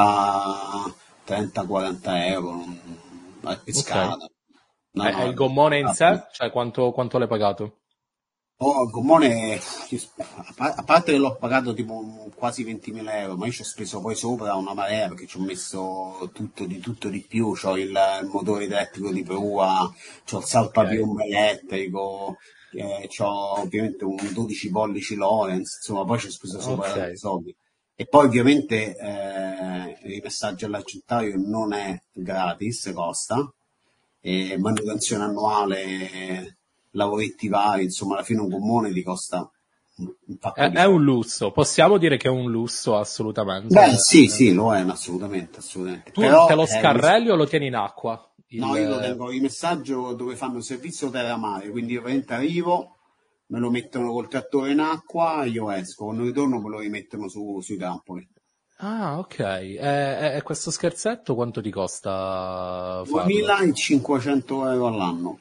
trenta quaranta euro, non- è pescata. Ok. No, E, no, e è il gommone in sé, pescata. cioè quanto, quanto l'hai pagato? Oh, il gommone, a pa- a parte che l'ho pagato tipo quasi ventimila euro, ma io ci ho speso poi sopra una marea perché ci ho messo tutto di tutto di più, c'ho il, il motore elettrico di prua, c'ho il Ok, salpapiombo elettrico, eh, c'ho ovviamente un dodici pollici Lorenz, insomma poi ci ho speso sopra ok. tanti soldi. E poi ovviamente eh, il messaggio all'accettario non è gratis, costa, e manutenzione annuale, lavoretti vari, insomma alla fine un gommone ti costa un un pacco È, di è un soldi. lusso, possiamo dire che è un lusso Beh, assolutamente. sì, sì, lo è, assolutamente, assolutamente. Tu te Però lo eh, il mess- scarrelli o lo tieni in acqua? no, io lo Il... tengo in messaggio dove fanno il servizio terra-mare, quindi io veramente arrivo, me lo mettono col trattore in acqua, io esco, quando ritorno me lo rimettono su, sui trampoli. Ah, ok. E, e- e questo scherzetto quanto ti costa farlo? duemilacinquecento euro all'anno.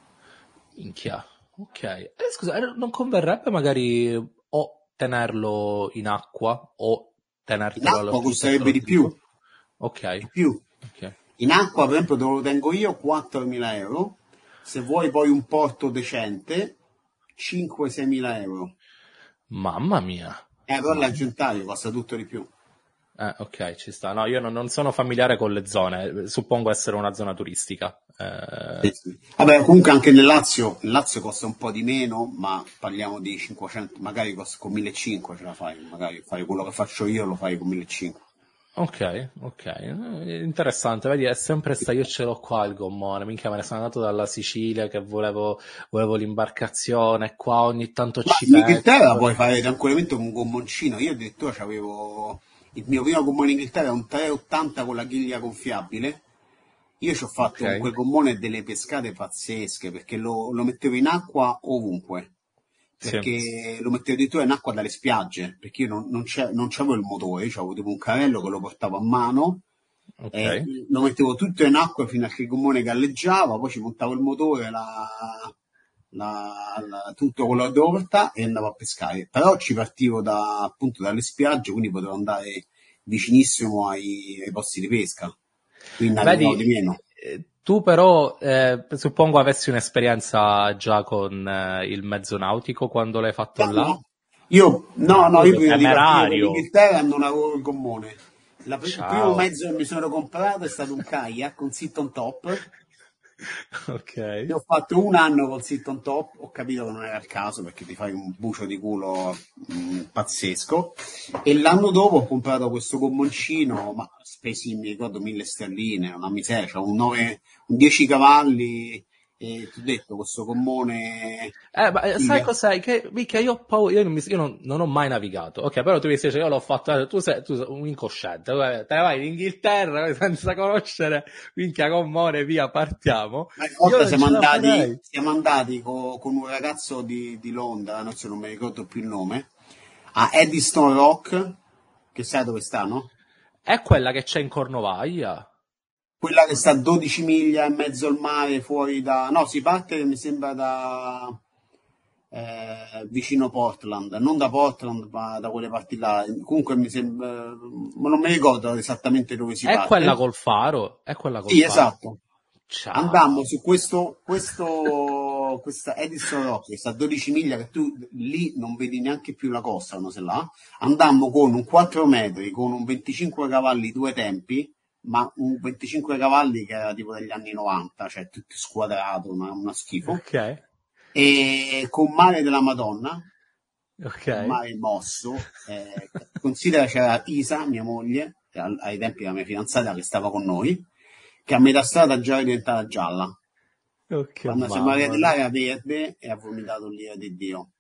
Minchia. Ok. Eh, scusa, eh, non converrebbe magari o tenerlo in acqua o In tenertelo allo acqua sul costerebbe tetto di più, chiuso? Ok. di più. Ok. In acqua, per esempio, dove lo tengo io, quattromila euro. Se vuoi poi un porto decente, cinque sei mila euro. Mamma mia. Eh, però Mamma. l'Argentario costa tutto di più. Eh, ok, ci sta. No, io non, non sono familiare con le zone, suppongo essere una zona turistica. Sì, Eh, sì. Vabbè, comunque anche nel Lazio, il Lazio costa un po' di meno, ma parliamo di cinquecento, magari costa con millecinquecento ce la fai, magari fai quello che faccio io, lo fai con millecinquecento. ok, ok. Eh, interessante, vedi, è sempre sta, io ce l'ho qua il gommone, minchia me ne sono andato dalla Sicilia che volevo, volevo l'imbarcazione, qua ogni tanto Ma ci in penso. Inghilterra puoi fare tranquillamente un gommoncino. Io addirittura c'avevo il mio primo gommone in Inghilterra è un trecentottanta con la ghiglia gonfiabile. Io ci ho fatto con Ok, quel gommone delle pescate pazzesche perché lo, lo mettevo in acqua ovunque. sì, Perché lo mettevo addirittura in acqua dalle spiagge. Perché io non, non, c'è- non c'avevo il motore, io avevo tipo un carrello che lo portavo a mano ok. e lo mettevo tutto in acqua fino a che il gommone galleggiava, poi ci montavo il motore, la, la- la- tutto quello che dovevo portare e andavo a pescare. Però ci partivo da, appunto dalle spiagge, quindi potevo andare vicinissimo ai, ai posti di pesca, quindi navigavo Vedi, di meno. eh, tu però eh, suppongo avessi un'esperienza già con eh, il mezzo nautico quando l'hai fatto No, là? no. Io, no, Ma no, tu io sei prima di partire per temerario. l'Inghilterra non avevo il gommone. La pr- il primo Ciao. mezzo che mi sono comprato è stato un kayak con sit on top. Ok. Io ho fatto un anno col sit on top, ho capito che non era il caso perché ti fai un bucio di culo mh, pazzesco. E l'anno dopo ho comprato questo gommoncino, ma spesi, mi ricordo, mille sterline, una miseria, cioè un, nove, un dieci cavalli, e ti ho detto, questo gommone. Eh, ma eh, sai Figa. cos'è? Che, mica io ho paura, io, non, mi- io non, non ho mai navigato. Ok, però tu mi dici, io l'ho fatto, eh, tu sei, tu sei un incosciente, guarda, te ne vai in Inghilterra senza conoscere, minchia gommone, via, partiamo. Una Io volta non siamo ce la andati, farei. siamo andati co- con un ragazzo di, di Londra, non so, non mi ricordo più il nome, a Eddystone Rock, che sai dove sta, no? È quella che c'è in Cornovaglia. Quella che sta a dodici miglia in mezzo al mare, fuori da. No, si parte, mi sembra, da eh, vicino Portland, non da Portland, ma da quelle parti là. Comunque mi sembra, ma non mi ricordo esattamente dove si È quella parte. col faro. È quella col Sì, faro. esatto. Andammo Ciao. su questo, questo, questa Edison Rock, che sta a dodici miglia, che tu lì non vedi neanche più la costa, quando sei là. Andammo con un quattro metri, con un venticinque cavalli due tempi, ma un venticinque cavalli che era tipo degli anni novanta, cioè tutto squadrato, una, una schifo. Ok. E con mare della Madonna, Ok. un mare mosso. Eh, considera c'era Isa, mia moglie, che al- ai tempi la mia fidanzata che stava con noi, che a metà strada già è diventata gialla. Ok, Quando siamo arrivati mamma là mia. era verde e ha vomitato l'ira di Dio.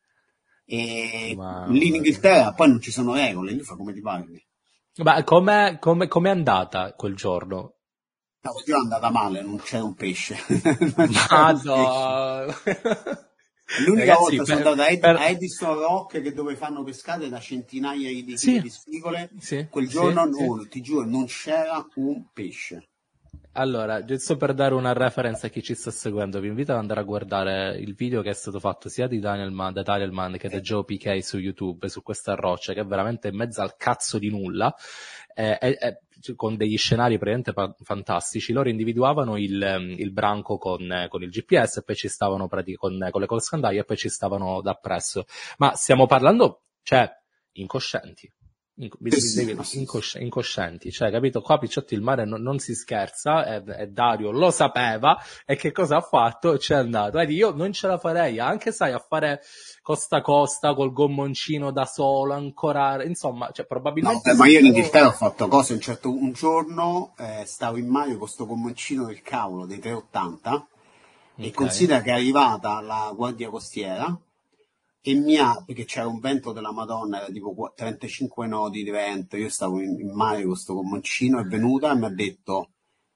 E lì in Mamma mia. Inghilterra poi non ci sono regole, lì fa come ti parli. Ma com'è, come, com'è andata quel giorno? No, oggi è andata male, non c'era un pesce. Non c'era un pesce. Madonna. L'unica Ragazzi, volta sono per, andato a, Ed- a per... Eddystone Rock, che dove fanno pescate da centinaia di chili Sì, di spigole, sì, quel sì, giorno sì. non, ti giuro, non c'era un pesce. Allora, giusto per dare una reference a chi ci sta seguendo, vi invito ad andare a guardare il video che è stato fatto sia di Daniel Mann, da Daniel Mann che da Joe P K su YouTube, su questa roccia, che è veramente in mezzo al cazzo di nulla, eh, eh, eh, con degli scenari praticamente pa- fantastici. Loro individuavano il, il branco con, con il G P S, e poi ci stavano pratic- con, con le colscandaie, e poi ci stavano dappresso. Ma stiamo parlando, cioè, incoscienti. Inc- Sì, sì, ma devi- sì, sì. incosci- incoscienti, cioè, capito? Qua Picciotti il mare non, non si scherza, e, e Dario lo sapeva, e che cosa ha fatto? C'è andato. Vedi, io non ce la farei, anche sai, a fare costa a costa col gommoncino da solo, ancorare, insomma, cioè, No, probabilmente eh, ma sì, io in però... Inghilterra ho fatto cose, un certo un giorno eh, stavo in mare con sto gommoncino del cavolo dei trecentottanta e Ok, considera che è arrivata la guardia costiera e mi ha, perché c'era un vento della Madonna, era tipo qu- trentacinque nodi di vento, io stavo in, in mare con sto gommoncino, è venuta e mi ha detto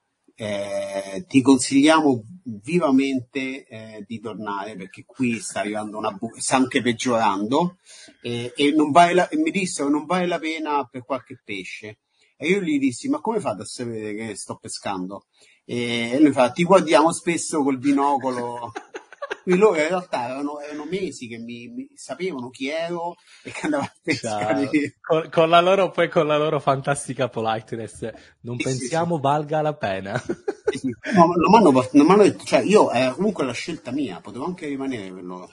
eh, ti consigliamo vivamente eh, di tornare perché qui sta arrivando una bu- sta anche peggiorando e, e non vale la, e mi dissero non vale la pena per qualche pesce e io gli dissi ma come fate a sapere che sto pescando e lui fa ti guardiamo spesso col binocolo. Quindi loro in realtà erano, erano mesi che mi, mi sapevano chi ero e che andavo a pescare. ciao. Con, con la loro, poi con la loro fantastica politeness, non Sì, sì, sì. pensiamo valga la pena. Sì, sì. No, non m'hanno port- non m'hanno detto, cioè io era comunque la scelta mia, potevo anche rimanere per loro.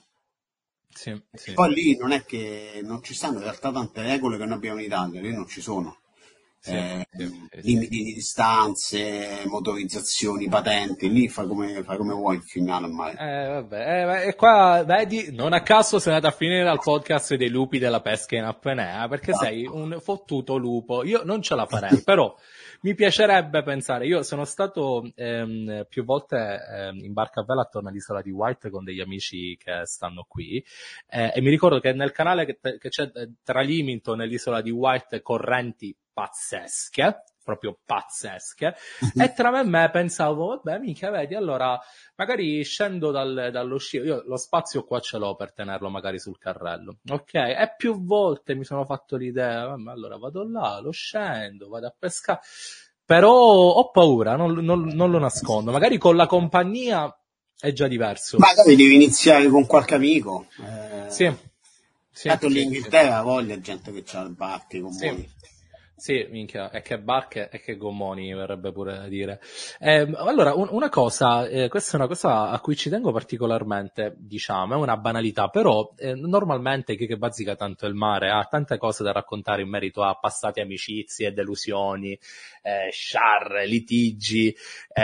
Sì, Perché sì. poi lì non è che non ci stanno in realtà tante regole che noi abbiamo in Italia, lì non ci sono. Sì, Eh, sì, sì, sì. limiti di distanze, motorizzazioni, patenti, lì fai come, fai come vuoi in finale ormai. Eh, vabbè, eh, ma- e qua vedi, non a caso sei andato a finire al podcast dei lupi della pesca in apnea, perché sei Esatto. un fottuto lupo. Io non ce la farei, però mi piacerebbe pensare. Io sono stato ehm, più volte ehm, in barca a vela attorno all'isola di White con degli amici che stanno qui, eh, e mi ricordo che nel canale che, che c'è eh, tra Leamington e l'isola di White correnti pazzesche, proprio pazzesche, e tra me e me pensavo, vabbè, mica, vedi, allora magari scendo dal, dallo sci, io lo spazio qua ce l'ho per tenerlo magari sul carrello, ok? E più volte mi sono fatto l'idea, vabbè, allora vado là, lo scendo, vado a pescare, però ho paura, non, non- non lo nascondo, magari con la compagnia è già diverso. Magari devi iniziare con qualche amico. Sì, Eh, sì, tanto sì, sì. l'Inghilterra ha voglia gente che ha barche, Sì, gommoni. sì, minchia, e che barche e che gommoni, verrebbe pure da dire. Ehm, allora, un- una cosa, eh, questa è una cosa a cui ci tengo particolarmente, diciamo, è una banalità, però eh, normalmente chi che bazzica tanto il mare ha tante cose da raccontare in merito a passate amicizie, delusioni, eh, sciarre, litigi,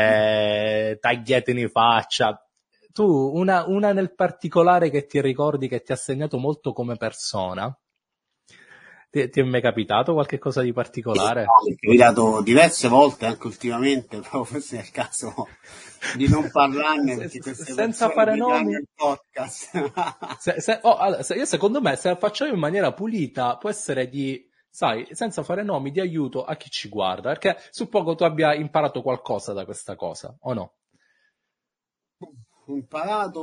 eh, tagliate in faccia. Tu, una, una nel particolare che ti ricordi che ti ha segnato molto come persona? Ti, ti è mai capitato qualche cosa di E particolare? ho capitato diverse volte, anche ultimamente, però forse è il caso di non parlarne Se- perché se- queste senza persone fare vedranno nomi? il podcast. Se- se- oh, allora, se- io secondo me, se la facciamo in maniera pulita, può essere di, sai, senza fare nomi, di aiuto a chi ci guarda, perché suppongo tu abbia imparato qualcosa da questa cosa, o no? Ho imparato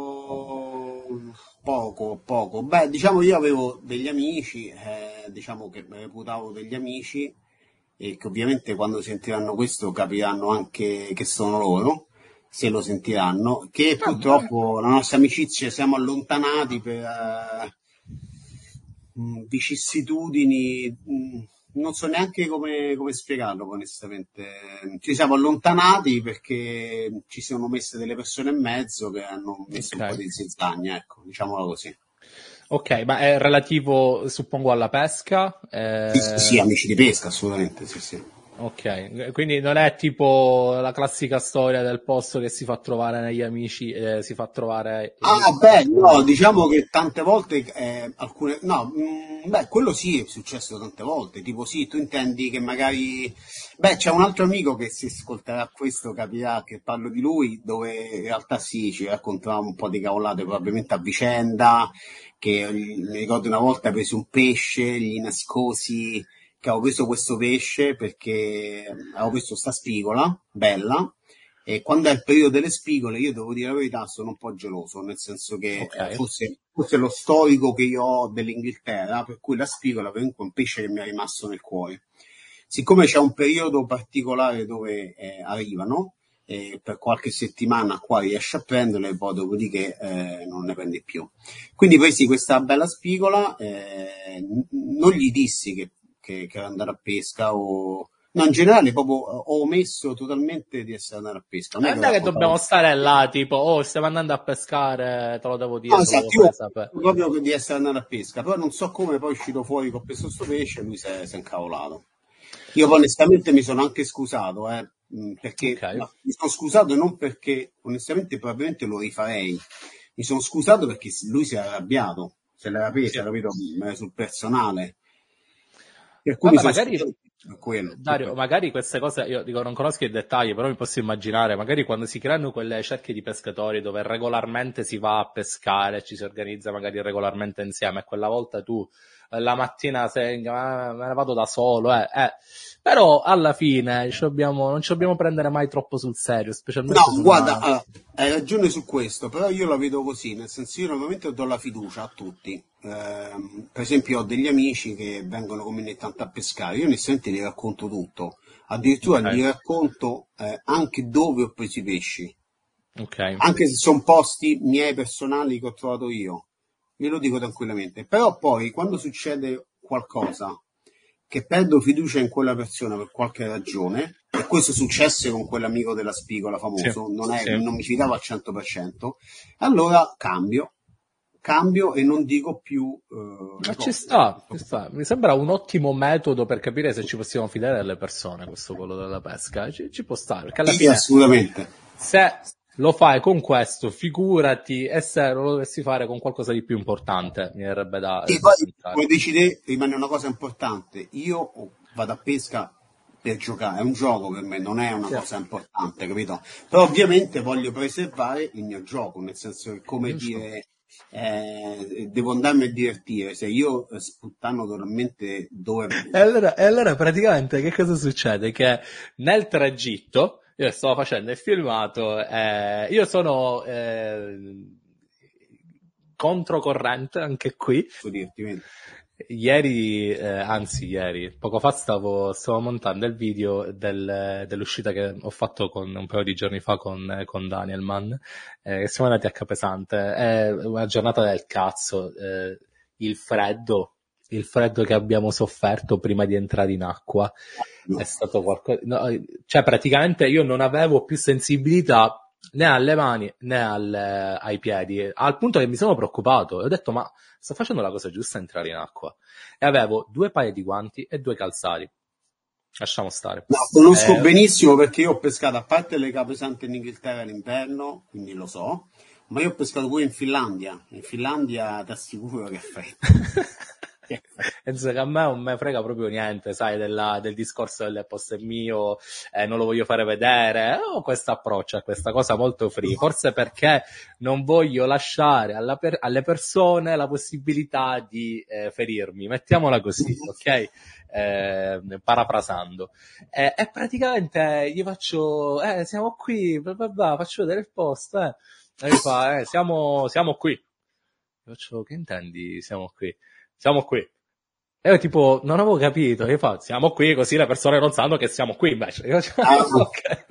poco, poco. Beh, diciamo io avevo degli amici, eh, diciamo che mi reputavo degli amici e che ovviamente quando sentiranno questo capiranno anche che sono loro, se lo sentiranno, che Ah, ma- purtroppo la nostra amicizia siamo allontanati per eh, mh, vicissitudini, mh, non so neanche come, come spiegarlo, onestamente. Ci siamo allontanati perché ci sono messe delle persone in mezzo che hanno messo ok. un po' di zizzagna, ecco, diciamolo così. Ok, ma è relativo, suppongo, alla pesca? Sì, sì, sì, Eh, amici di pesca, assolutamente, sì, sì. ok, quindi non è tipo la classica storia del posto che si fa trovare negli amici, eh, si fa trovare gli Ah, amici beh, no, tuoi. diciamo che tante volte, eh, alcune, no, mh, beh, quello sì è successo tante volte, tipo sì, tu intendi che magari, beh, c'è un altro amico che si ascolterà questo, capirà che parlo di lui, dove in realtà sì, ci raccontavamo un po' di cavolate probabilmente a vicenda, che eh, mi ricordo una volta presi un pesce, gli nascosi che avevo preso questo pesce perché avevo preso sta spigola, bella, e quando è il periodo delle spigole, io devo dire la verità, sono un po' geloso, nel senso che Ok, eh, forse, forse lo storico che io ho dell'Inghilterra, per cui la spigola comunque è un pesce che mi è rimasto nel cuore. siccome c'è un periodo particolare dove eh, arrivano, eh, per qualche settimana qua riesci a prenderle, poi dopodiché eh, non ne prendi più. Quindi presi questa bella spigola, eh, non gli dissi che, che, che era andare a pesca o... No, in generale proprio ho omesso totalmente di essere andato a pesca. Non è che dobbiamo stare là, tipo, oh, stiamo andando a pescare, te lo devo dire. No, esatto, io proprio di essere andato a pesca, però non so come poi è uscito fuori con questo sto pesce e lui si è, si è incavolato. Io poi onestamente mi sono anche scusato, eh, perché Okay. no, mi sono scusato non perché, onestamente probabilmente lo rifarei, mi sono scusato perché lui si è arrabbiato, se l'era presa, Sì. capito, sul personale. Per cui Vabbè, mi sono magari, scusato per quello. Dario, magari queste cose, io dico, non conosco i dettagli, però mi posso immaginare, magari quando si creano quelle cerchie di pescatori dove regolarmente si va a pescare, ci si organizza magari regolarmente insieme, e quella volta tu eh, la mattina sei, ah, me ne vado da solo, eh, eh. Però alla fine ci dobbiamo, non ci dobbiamo prendere mai troppo sul serio, specialmente No, su guarda, una... allora, hai ragione su questo, però io la vedo così, nel senso io normalmente do la fiducia a tutti. Ehm, per esempio ho degli amici che vengono con me ogni tanto a pescare, io onestamente gli racconto tutto, addirittura Ok. gli racconto eh, anche dove ho preso i pesci, Ok. anche se sono posti miei personali che ho trovato io, glielo dico tranquillamente. Però poi quando succede qualcosa che perdo fiducia in quella persona per qualche ragione, e questo successe con quell'amico della spigola famoso, Sì, non, è, sì. non mi fidavo al cento per cento, allora cambio, cambio e non dico più eh, le Ma ci cose. sta, ci sta. Mi sembra un ottimo metodo per capire se ci possiamo fidare delle persone, questo quello della pesca. Ci, ci può stare, perché alla Sì, fine assolutamente. se lo fai con questo, figurati, e se lo dovessi fare con qualcosa di più importante, mi verrebbe da, E da poi, pensare. come dici te, rimane una cosa importante. Io vado a pesca per giocare, è un gioco per me, non è una Sì. cosa importante, capito? Però ovviamente voglio preservare il mio gioco, nel senso che, come Giusto. dire, eh, devo andarmi a divertire. Se io eh, sputtano totalmente dove... E allora, e allora praticamente che cosa succede? Che nel tragitto, io stavo facendo il filmato, eh, io sono eh, controcorrente anche qui. Posso dirti, vedi? Ieri, eh, anzi ieri, poco fa stavo, stavo montando il video del- dell'uscita che ho fatto con, un paio di giorni fa con, con Daniel Mann, eh, siamo andati a Capesante, è una giornata del cazzo, eh, il freddo, il freddo che abbiamo sofferto prima di entrare in acqua No. è stato qualcosa, no, cioè praticamente io non avevo più sensibilità né alle mani né al, ai piedi, al punto che mi sono preoccupato, ho detto ma sto facendo la cosa giusta a entrare in acqua, e avevo due paia di guanti e due calzari, lasciamo stare. No, conosco Eh, benissimo perché io ho pescato, a parte le capesanti in Inghilterra all'inverno, quindi lo so, ma io ho pescato pure in Finlandia. In Finlandia ti assicuro che è freddo. penso che a me non me frega proprio niente, sai, della, del discorso del posto è mio, eh, non lo voglio fare vedere, ho questo approccio a questa cosa molto free, forse perché non voglio lasciare alla per- alle persone la possibilità di eh, ferirmi, mettiamola così, ok? Eh, parafrasando. Eh, e praticamente gli faccio, eh, siamo qui, bla bla bla, faccio vedere il posto, eh. E mi fa, eh, siamo, siamo qui. Io faccio, che intendi siamo qui? Siamo qui. E io tipo, non avevo capito, io faccio, siamo qui così le persone non sanno che siamo qui invece. Io faccio, Ah, ok.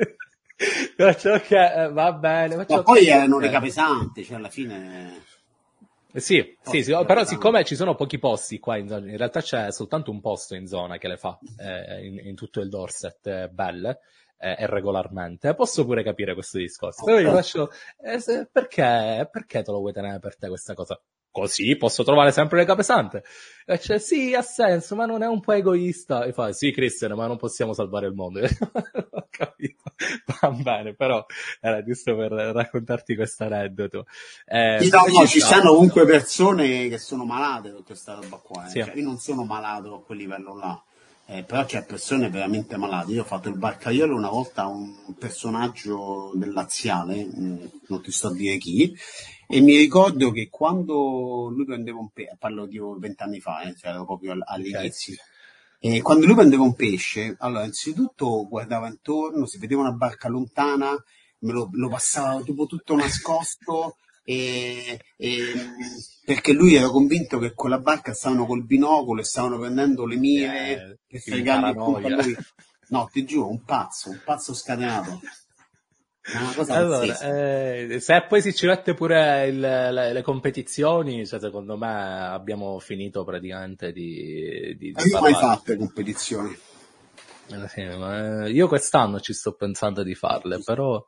Io faccio, ok, eh, va bene. Faccio, ma poi ok. erano le capesanti, cioè alla fine... Eh, Sì, Oh, sì, sì, sì, però sì. siccome ci sono pochi posti qua in zona, in realtà c'è soltanto un posto in zona che le fa, eh, in, in tutto il Dorset, eh, belle, eh, e regolarmente, posso pure capire questo discorso. Però io faccio, eh, se- perché, perché te lo vuoi tenere per te questa cosa? Così posso trovare sempre le capesante. E cioè, sì, ha senso, ma non è un po' egoista? E fa, sì, Christian, ma non possiamo salvare il mondo. Ho capito, va bene, però era giusto per raccontarti questo aneddoto. Eh, Sì, no, no, ci sta. stanno comunque persone che sono malate con questa roba qua. eh. Sì. Cioè, io non sono malato a quel livello là, eh, però c'è persone veramente malate. Io ho fatto il barcaiolo una volta a un personaggio del laziale, mh, non ti sto a dire chi, e mi ricordo che quando lui prendeva un pesce, parlo di vent'anni fa, eh, cioè ero proprio all- all'inizio, e quando lui prendeva un pesce, allora innanzitutto guardava intorno, si vedeva una barca lontana, me lo, lo passava tipo tutto nascosto, e, e, perché lui era convinto che con la barca stavano col binocolo e stavano prendendo le mire Eh, per quindi fregargli il conto a paranoia. lui. No, ti giuro, un pazzo, un pazzo scatenato. È una cosa Allora, pazzesca. eh, se poi si ci mette pure il- le, le competizioni, cioè secondo me abbiamo finito praticamente di, di, Ma di io ho mai parlare. fatte competizioni. Eh, sì, ma io quest'anno ci sto pensando di farle, però,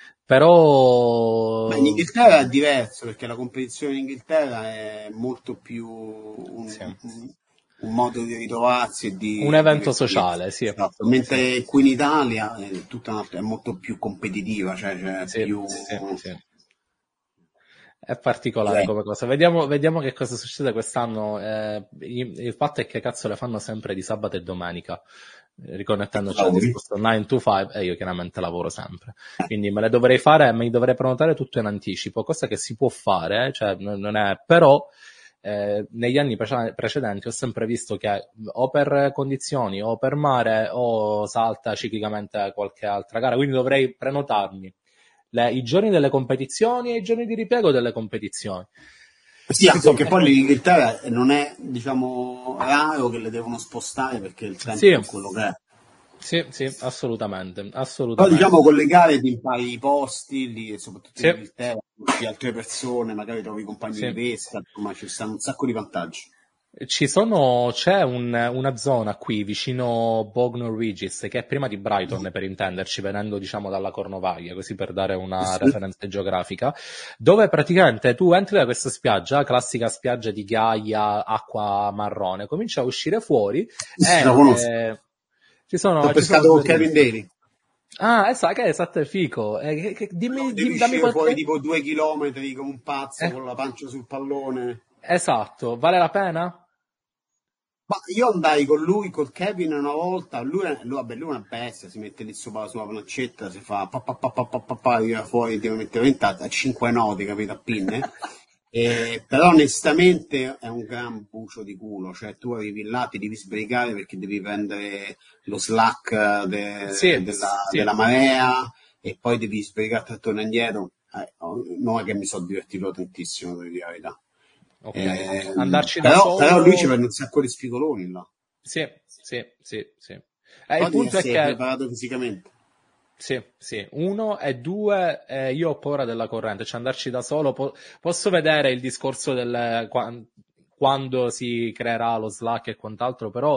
però Ma in Inghilterra è diverso, perché la competizione in Inghilterra è molto più un, sì. un- un modo di ritrovarsi e di Un evento divertirsi. sociale, sì. Esatto. Sì, Mentre qui in Italia è, tutta una- è molto più competitiva, cioè c'è sì, più... sì, sì. È particolare Eh, come cosa. Vediamo, vediamo che cosa succede quest'anno. Eh, il il fatto è che cazzo le fanno sempre di sabato e domenica, eh, riconnettendoci al lavori? discorso nine to five, e io chiaramente lavoro sempre. Quindi me le dovrei fare, me li dovrei prenotare tutto in anticipo, cosa che si può fare, eh, cioè non non è, però eh, negli anni prece- precedenti ho sempre visto che o per condizioni o per mare o salta ciclicamente qualche altra gara, quindi dovrei prenotarmi le- i giorni delle competizioni e i giorni di ripiego delle competizioni. Sì, anche Insomma, perché poi l'Inghilterra non è, diciamo, raro che le devono spostare perché il tempo sì, è quello che è. sì, sì, assolutamente, Però assolutamente. diciamo con le gare ti impari i posti lì, e soprattutto in Sì, Inghilterra, conosci altre persone, magari trovi compagni di sì. pesca, insomma ci stanno un sacco di vantaggi. Ci sono, c'è un- una zona qui vicino Bognor Regis, che è prima di Brighton per intenderci, venendo diciamo dalla Cornovaglia, così per dare una Sì. referenza geografica, dove praticamente tu entri da questa spiaggia, classica spiaggia di ghiaia, acqua marrone, cominci a uscire fuori Sì, la e conosco. eh, ci L'ho sono, ci sono pescato con due Kevin riviste. Daly. Ah, esatto, che è esatto, è fico. Eh, che- che- No, dimmi, devi dimmi- dammi uscire fuori qualche... tipo due chilometri come un pazzo eh, con la pancia sul pallone. esatto, vale la pena? Ma io andai con lui, col Kevin una volta, lui, è- lui, vabbè, lui è una bestia, si mette lì sopra sulla plancetta, si fa pa pa pa pa pa pa, pa io fuori, ti mette ventata a cinque nodi, capito, a pinne. E, però onestamente è un gran bucio di culo, cioè tu arrivi là, ti devi sbrigare perché devi prendere lo slack de- Sì, della, sì, della marea e poi devi sbrigarti a tornare indietro. Eh, non è che mi sono divertito tantissimo, devo dire la verità. ok. Ehm, Andarci da però, però lui ci solo... prende un sacco di spigoloni là. Sì, sì, sì, sì. Eh, Però il devi punto è essere che... preparato fisicamente. Sì, sì, uno e due, eh, io ho paura della corrente, cioè andarci da solo, po- posso vedere il discorso del qua- quando si creerà lo Slack e quant'altro, però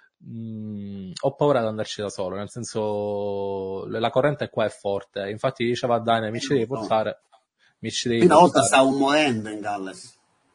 mh, ho paura di andarci da solo, nel senso la corrente qua è forte, infatti diceva a Dani, mi Eh, ci lo devi so. portare, mi ci devi Io una volta portare, stavo morendo in Galles,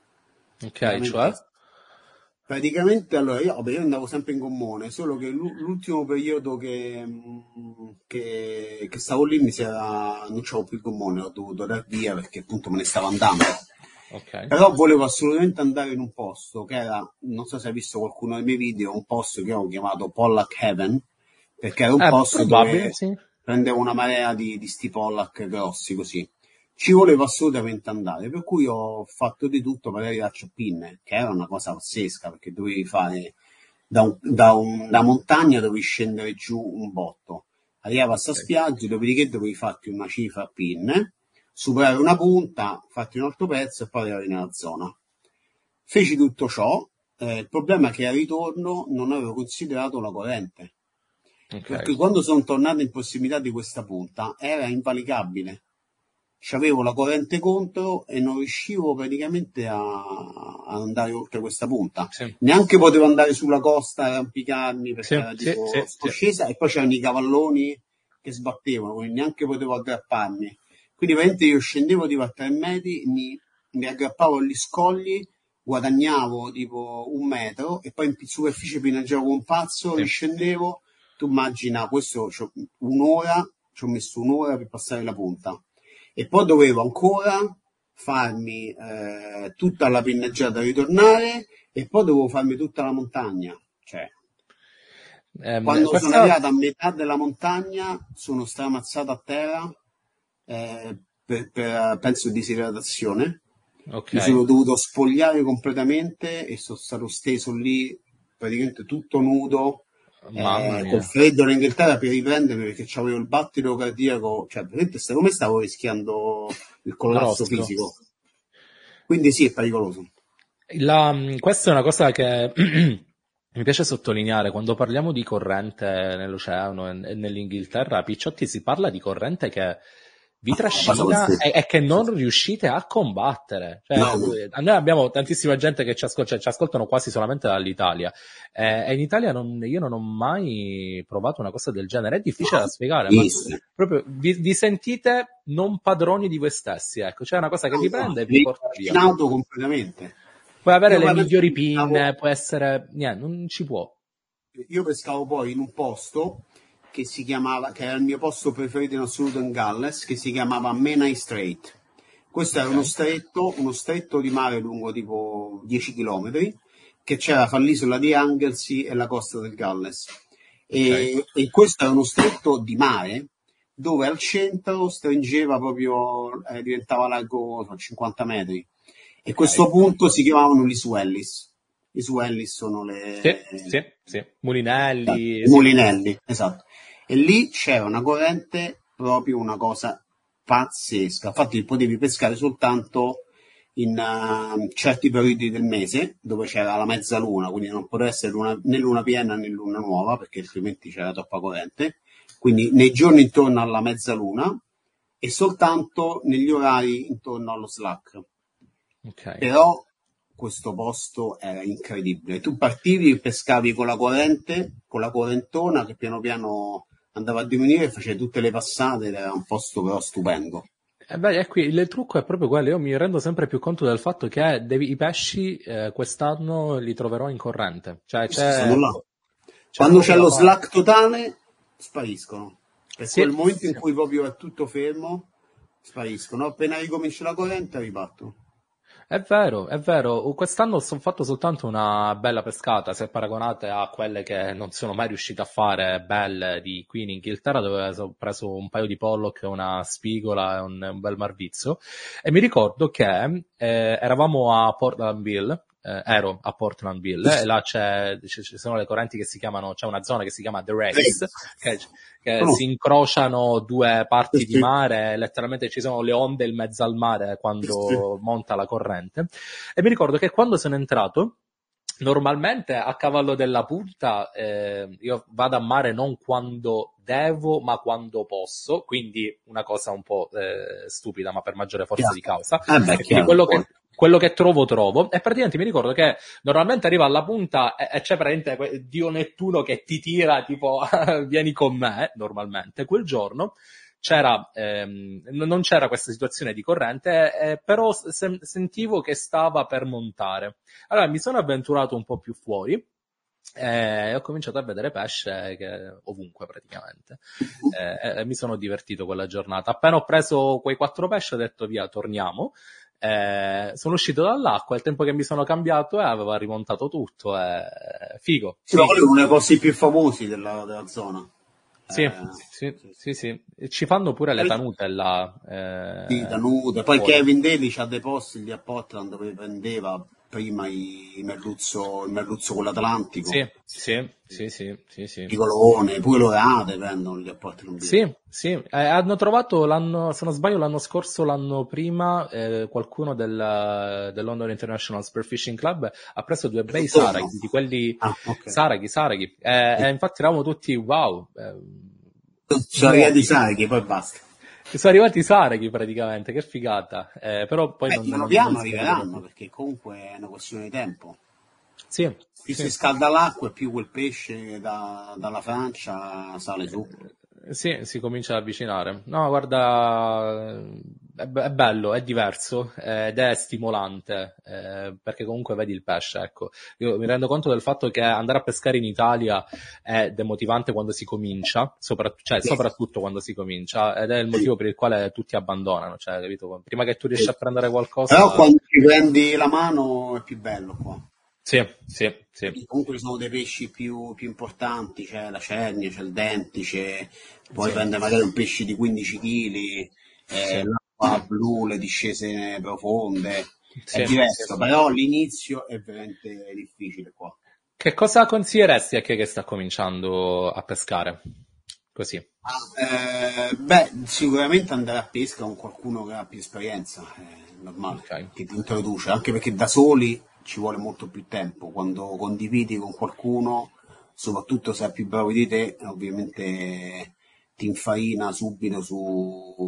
ok, cioè? veramente. Praticamente, allora, io, vabbè, io andavo sempre in gommone, solo che l'u- l'ultimo periodo che, mh, che, che stavo lì mi si era, non c'avevo più il gommone, ho dovuto dar via perché appunto me ne stavo andando. Ok. Però volevo assolutamente andare in un posto che era, non so se hai visto qualcuno dei miei video, un posto che ho chiamato Pollack Heaven, perché era un Eh, posto probabile, dove sì. prendevo una marea di, di sti Pollack grossi così. Ci volevo assolutamente andare, per cui ho fatto di tutto per arrivarci a Pinne, che era una cosa pazzesca, perché dovevi fare da, un, da, un, da montagna dovevi scendere giù un botto. Arrivava a sta Ok. spiaggia, dopodiché dovevi farti una cifra a Pinne, superare una punta, farti un altro pezzo e poi arrivare nella zona. Feci tutto ciò, eh, il problema è che al ritorno non avevo considerato la corrente, Ok. perché quando sono tornato in prossimità di questa punta era invalicabile. C'avevo la corrente contro e non riuscivo praticamente a, a andare oltre questa punta. Sì, Neanche potevo andare sulla costa, arrampicarmi perché sì, era sì, tipo sì, sì. scoscesa e poi c'erano i cavalloni che sbattevano, quindi neanche potevo aggrapparmi. Quindi veramente io scendevo tipo a tre metri, mi, mi aggrappavo agli scogli, guadagnavo tipo un metro e poi in superficie pineggiavo come un pazzo, Sì. riscendevo. Tu immagina, questo c'ho un'ora, ci ho messo un'ora per passare la punta. E poi dovevo ancora farmi eh, tutta la pinneggiata ritornare e poi dovevo farmi tutta la montagna. Cioè, Ehm, quando sono questa... arrivato a metà della montagna sono stramazzato a terra eh, per, per penso disidratazione. Ok. Mi sono dovuto spogliare completamente e sono stato steso lì praticamente tutto nudo. Mamma Eh, col mia. freddo in Inghilterra per riprendermi perché c'avevo il battito cardiaco, cioè praticamente sta- come stavo rischiando il collasso Grosso. fisico. Quindi sì, è pericoloso. La, questa è una cosa che mi piace sottolineare. Quando parliamo di corrente nell'oceano e nell'Inghilterra, Picciotti, si parla di corrente che vi trascina e, e che non riuscite a combattere. Cioè, No. noi abbiamo tantissima gente che ci, ascol- cioè, ci ascoltano quasi solamente dall'Italia, eh, e in Italia non, io non ho mai provato una cosa del genere. È difficile da spiegare, ma proprio vi, vi sentite non padroni di voi stessi, ecco. C'è una cosa che No, vi no, prende e vi porta via. completamente. Puoi avere Io le guarda, migliori pescavo- pinne, può essere... Niente, non ci può. Io pescavo poi in un posto che si chiamava, che era il mio posto preferito in assoluto in Galles, che si chiamava Menai Strait. Questo era Ok. uno stretto, uno stretto di mare lungo tipo dieci chilometri, che c'era fra l'isola di Anglesey e la costa del Galles. E, Ok. e questo era uno stretto di mare dove al centro stringeva proprio, eh, diventava largo so, cinquanta metri. E Ok. questo punto si chiamavano gli Swellies. I Swellies sono le... Sì, sì, sì. Mulinelli, i sì. mulinelli, esatto. E lì c'era una corrente, proprio una cosa pazzesca. Infatti potevi pescare soltanto in uh, certi periodi del mese, dove c'era la mezzaluna, quindi non poteva essere luna, né luna piena né luna nuova, perché altrimenti c'era troppa corrente. Quindi nei giorni intorno alla mezzaluna e soltanto negli orari intorno allo slack. Ok. Però questo posto era incredibile. Tu partivi e pescavi con la corrente, con la correntona che piano piano andava a diminuire, facevi tutte le passate ed era un posto però stupendo. E beh, e qui il trucco è proprio quello. Io mi rendo sempre più conto del fatto che devi, i pesci eh, quest'anno li troverò in corrente. Cioè, Questi c'è, sono là. c'è Quando poco c'è da lo fare. slack totale, spariscono. Per Sì, quel momento in sì. cui proprio è tutto fermo, spariscono. Appena ricomincia la corrente, ripartono. È vero, è vero. Quest'anno ho fatto soltanto una bella pescata, se paragonate a quelle che non sono mai riuscito a fare belle di qui in Inghilterra, dove ho preso un paio di pollock, una spigola e un, un bel marvizzo. E mi ricordo che eh, eravamo a Portlandville, eh, ero a Portlandville, e là c'è, ci ci sono le correnti che si chiamano, c'è una zona che si chiama The Race, che, che No. si incrociano due parti Sì, di sì. mare, letteralmente ci sono le onde in mezzo al mare quando monta la corrente. E mi ricordo che quando sono entrato, normalmente a cavallo della punta, eh, io vado a mare non quando devo, ma quando posso, quindi una cosa un po' eh, stupida, ma per maggiore forza di causa. Eh beh, E quindi chiaro. quello che, quello che trovo, trovo. E praticamente mi ricordo che normalmente arriva alla punta e, e c'è praticamente que- Dio Nettuno che ti tira, tipo, vieni con me, normalmente. Quel giorno c'era, ehm, non c'era questa situazione di corrente, eh, però se- sentivo che stava per montare. Allora mi sono avventurato un po' più fuori eh, e ho cominciato a vedere pesce che, ovunque praticamente. Eh, e mi sono divertito quella giornata. Appena ho preso quei quattro pesci ho detto via, torniamo. Eh, sono uscito dall'acqua, il tempo che mi sono cambiato e aveva rimontato tutto. Eh, figo. Sì, ma figo. quello è uno dei posti più famosi della, della zona. Sì, Eh, sì, sì, sì. E ci fanno pure le Eh, tanute là. Eh, Sì, Danute. Poi fuori. Kevin Daly c'ha dei posti lì a Portland dove prendeva prima i merluzzo, il merluzzo con l'Atlantico, Sì, sì, sì, sì, sì, sì. piccolone, pure l'orate prendono lì a Portland. Sì, sì, eh, hanno trovato l'anno, se non sbaglio l'anno scorso, l'anno prima, eh, qualcuno del, del London International Spearfishing Club ha preso due bei Ritorno. saraghi, di quelli Ah, ok. saraghi, saraghi, eh, e infatti eravamo tutti wow. eh, Sono buoni. arrivati i sarchi, poi basta. Sono arrivati i saraghi praticamente, che figata, eh, però poi Beh, non, piano non, piano non si vedono arriveranno, più. perché comunque è una questione di tempo. Sì, Più sì. si scalda l'acqua e più quel pesce da- dalla Francia sale su. Sì, si comincia ad avvicinare. No, guarda, è, be- è bello, è diverso eh, ed è stimolante, eh, perché comunque vedi il pesce, ecco. Io mi rendo conto del fatto che andare a pescare in Italia è demotivante quando si comincia, soprat- cioè Sì. soprattutto quando si comincia, ed è il motivo per il quale tutti abbandonano, cioè, capito? Prima che tu riesci a prendere qualcosa... Però quando ci prendi la mano è più bello qua. Sì, sì, sì. Perché comunque ci sono dei pesci più, più importanti, c'è la cernia, c'è il dentice, puoi Sì. prendere magari un pesce di quindici chili, eh, Sì. l'acqua blu, le discese profonde, Sì, è diverso, sì. però l'inizio è veramente difficile qua. Che cosa consiglieresti a chi che sta cominciando a pescare? Così. Ah, eh, beh, sicuramente andare a pesca con qualcuno che ha più esperienza, eh, normale, Ok. che ti introduce, anche perché da soli ci vuole molto più tempo, quando condividi con qualcuno, soprattutto se è più bravo di te, ovviamente ti infarina subito su...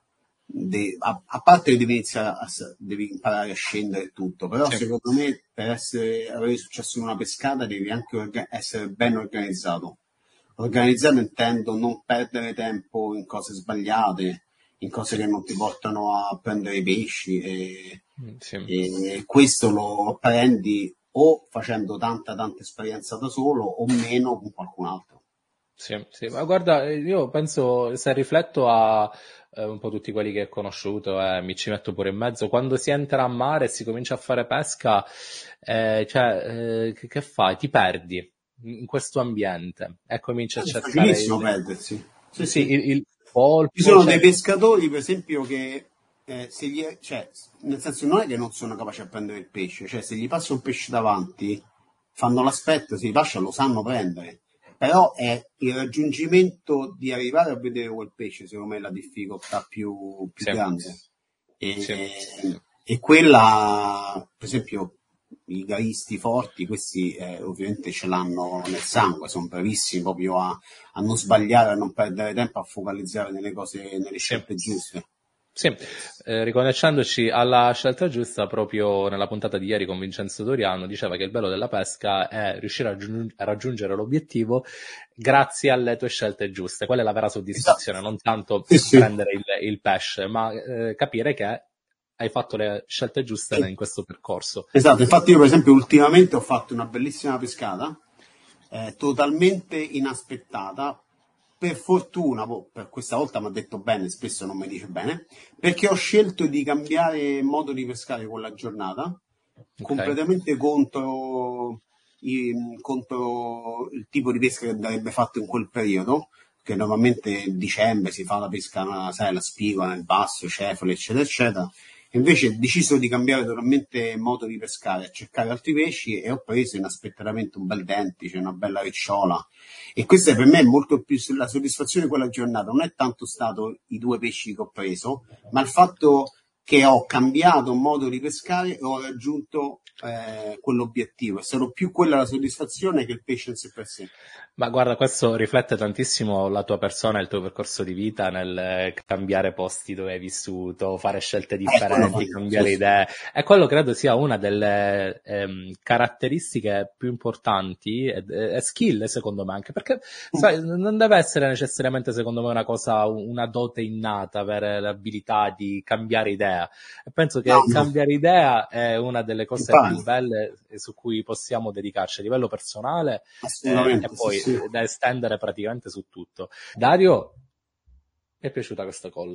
de- a, a parte che devi iniziare a, s- devi imparare a scendere e tutto, però Sì, secondo me per essere, avere successo in una pescata devi anche orga- essere ben organizzato. Organizzato intendo non perdere tempo in cose sbagliate, in cose che non ti portano a prendere i pesci e, mm, sì. e questo lo apprendi o facendo tanta tanta esperienza da solo o meno con qualcun altro. Sì, sì, ma guarda, eh, io penso, se rifletto a eh, un po' tutti quelli che ho conosciuto, eh, mi ci metto pure in mezzo, quando si entra a mare e si comincia a fare pesca, eh, cioè, eh, che, che fai? Ti perdi in questo ambiente e cominci a È cercare facilissimo il, perdersi. Sì, sì, sì. il, il Ci polpo, sono dei cioè, pescatori, per esempio, che eh, se gli, cioè, nel senso non è che non sono capaci a prendere il pesce, cioè se gli passa un pesce davanti, fanno l'aspetto, se gli passa lo sanno prendere. Però è il raggiungimento di arrivare a vedere quel pesce, secondo me, la difficoltà più, più sì, grande. sì, E, sì. e quella, per esempio, i garisti forti, questi eh, ovviamente ce l'hanno nel sangue, sono bravissimi proprio a, a non sbagliare, a non perdere tempo, a focalizzare nelle cose, nelle Sì. scelte giuste. Sì, eh, riconoscendoci alla scelta giusta, proprio nella puntata di ieri con Vincenzo Doriano, diceva che il bello della pesca è riuscire a, raggiung- a raggiungere l'obiettivo grazie alle tue scelte giuste. Quella è la vera soddisfazione, Esatto. non tanto Sì, sì. prendere il, il pesce, ma eh, capire che hai fatto le scelte giuste in questo percorso. Esatto, infatti io per esempio ultimamente ho fatto una bellissima pescata, eh, totalmente inaspettata, per fortuna, boh, per questa volta mi ha detto bene, spesso non mi dice bene, perché ho scelto di cambiare modo di pescare quella giornata, Ok? completamente contro, i- contro il tipo di pesca che andrebbe fatto in quel periodo, che normalmente a dicembre si fa la pesca, sai, la spigola nel basso, cefalo, eccetera, eccetera. Invece ho deciso di cambiare totalmente modo di pescare, a cercare altri pesci e ho preso inaspettatamente un bel dentice, una bella ricciola. E questa per me è molto più la soddisfazione di quella giornata. Non è tanto stato i due pesci che ho preso, ma il fatto che ho cambiato modo di pescare e ho raggiunto eh, quell'obiettivo. È stato più quella la soddisfazione che il pesce in sé per sé. Ma guarda, questo riflette tantissimo la tua persona e il tuo percorso di vita nel eh, cambiare posti dove hai vissuto, fare scelte Eh, quello fa differenti, io, sì, cambiare sì. idee. E quello credo sia una delle ehm, caratteristiche più importanti e, e skill, secondo me, anche perché, sai, non deve essere necessariamente, secondo me, una cosa, una dote innata, avere l'abilità di cambiare idea. E penso No, che no, cambiare idea è una delle cose più impari, belle su cui possiamo dedicarci a livello personale eh, e assolutamente, sì, poi sì. eh, da estendere praticamente su tutto. Dario, mi è piaciuta questa call?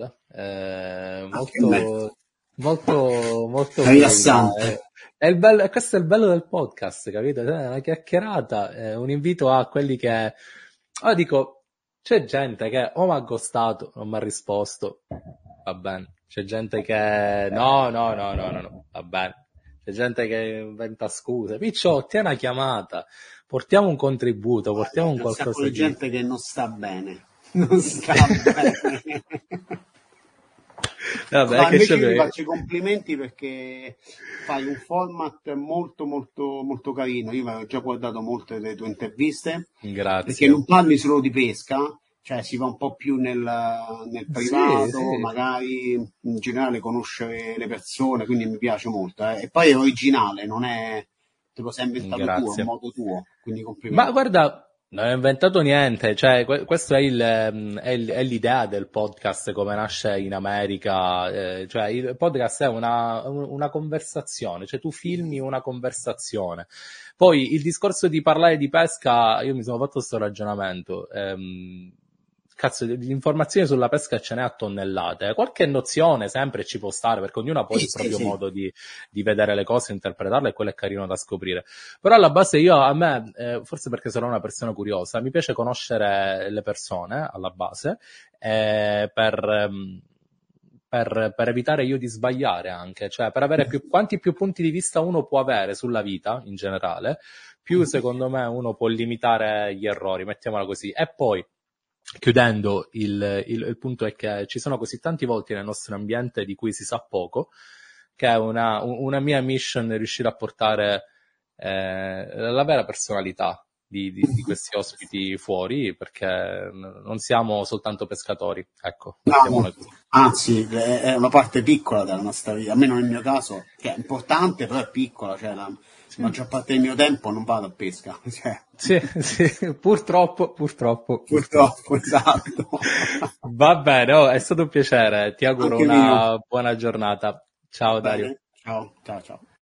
Eh, Anche a me. molto, molto, molto fluida. Rilassante. eh. È il bello, e questo è il bello del podcast, capito? Cioè, è una chiacchierata, è un invito a quelli che... Ah, dico, c'è gente che o mi ha ghostato, non mi ha risposto, va bene. C'è gente che no, no, no, no, no, no, va bene. C'è gente che inventa scuse. Piccio, tieni una chiamata, portiamo un contributo, portiamo Guarda, un c'è un sacco qualcosa di di... gente che non sta bene. Non sta bene. Vabbè, No, che invece io ti c'è... faccio i complimenti perché fai un format molto molto molto carino. Io avevo già guardato molte delle tue interviste perché Grazie. non parli solo di pesca, cioè si va un po' più nel, nel Sì, privato, sì. magari in generale conoscere le persone, quindi mi piace molto. eh. E poi è originale, non è te lo sei inventato tu, è un Grazie. modo tuo, quindi Ma complimenti. guarda, non ho inventato niente, cioè, que- questo è, il, ehm, è, il- è l'idea del podcast, come nasce in America, eh, cioè il podcast è una, un- una conversazione, cioè tu filmi una conversazione. Poi il discorso di parlare di pesca, io mi sono fatto questo ragionamento, ehm, cazzo, di di informazioni sulla pesca ce n'è a tonnellate, qualche nozione sempre ci può stare, perché ognuno ha poi Sì, il sì, proprio sì. modo di, di vedere le cose, interpretarle, e quello è carino da scoprire. Però alla base io, a me, eh, forse perché sono una persona curiosa, mi piace conoscere le persone alla base eh, per, ehm, per, per evitare io di sbagliare anche, cioè per avere più, quanti più punti di vista uno può avere sulla vita in generale, più secondo me uno può limitare gli errori, mettiamola così. E poi, chiudendo, il, il, il punto è che ci sono così tanti volti nel nostro ambiente di cui si sa poco, che è una, una mia mission riuscire a portare eh, la vera personalità di, di, di questi ospiti fuori, perché non siamo soltanto pescatori, ecco. No, anzi, è una parte piccola della nostra vita, almeno nel mio caso, che è importante, però è piccola, cioè la sì. maggior parte del mio tempo non vado a pesca. Cioè. Sì, sì, purtroppo, purtroppo. Purtroppo, esatto. Va bene, oh, è stato un piacere, ti auguro Anche una mio. buona giornata. Ciao Dario. Ciao, ciao, ciao.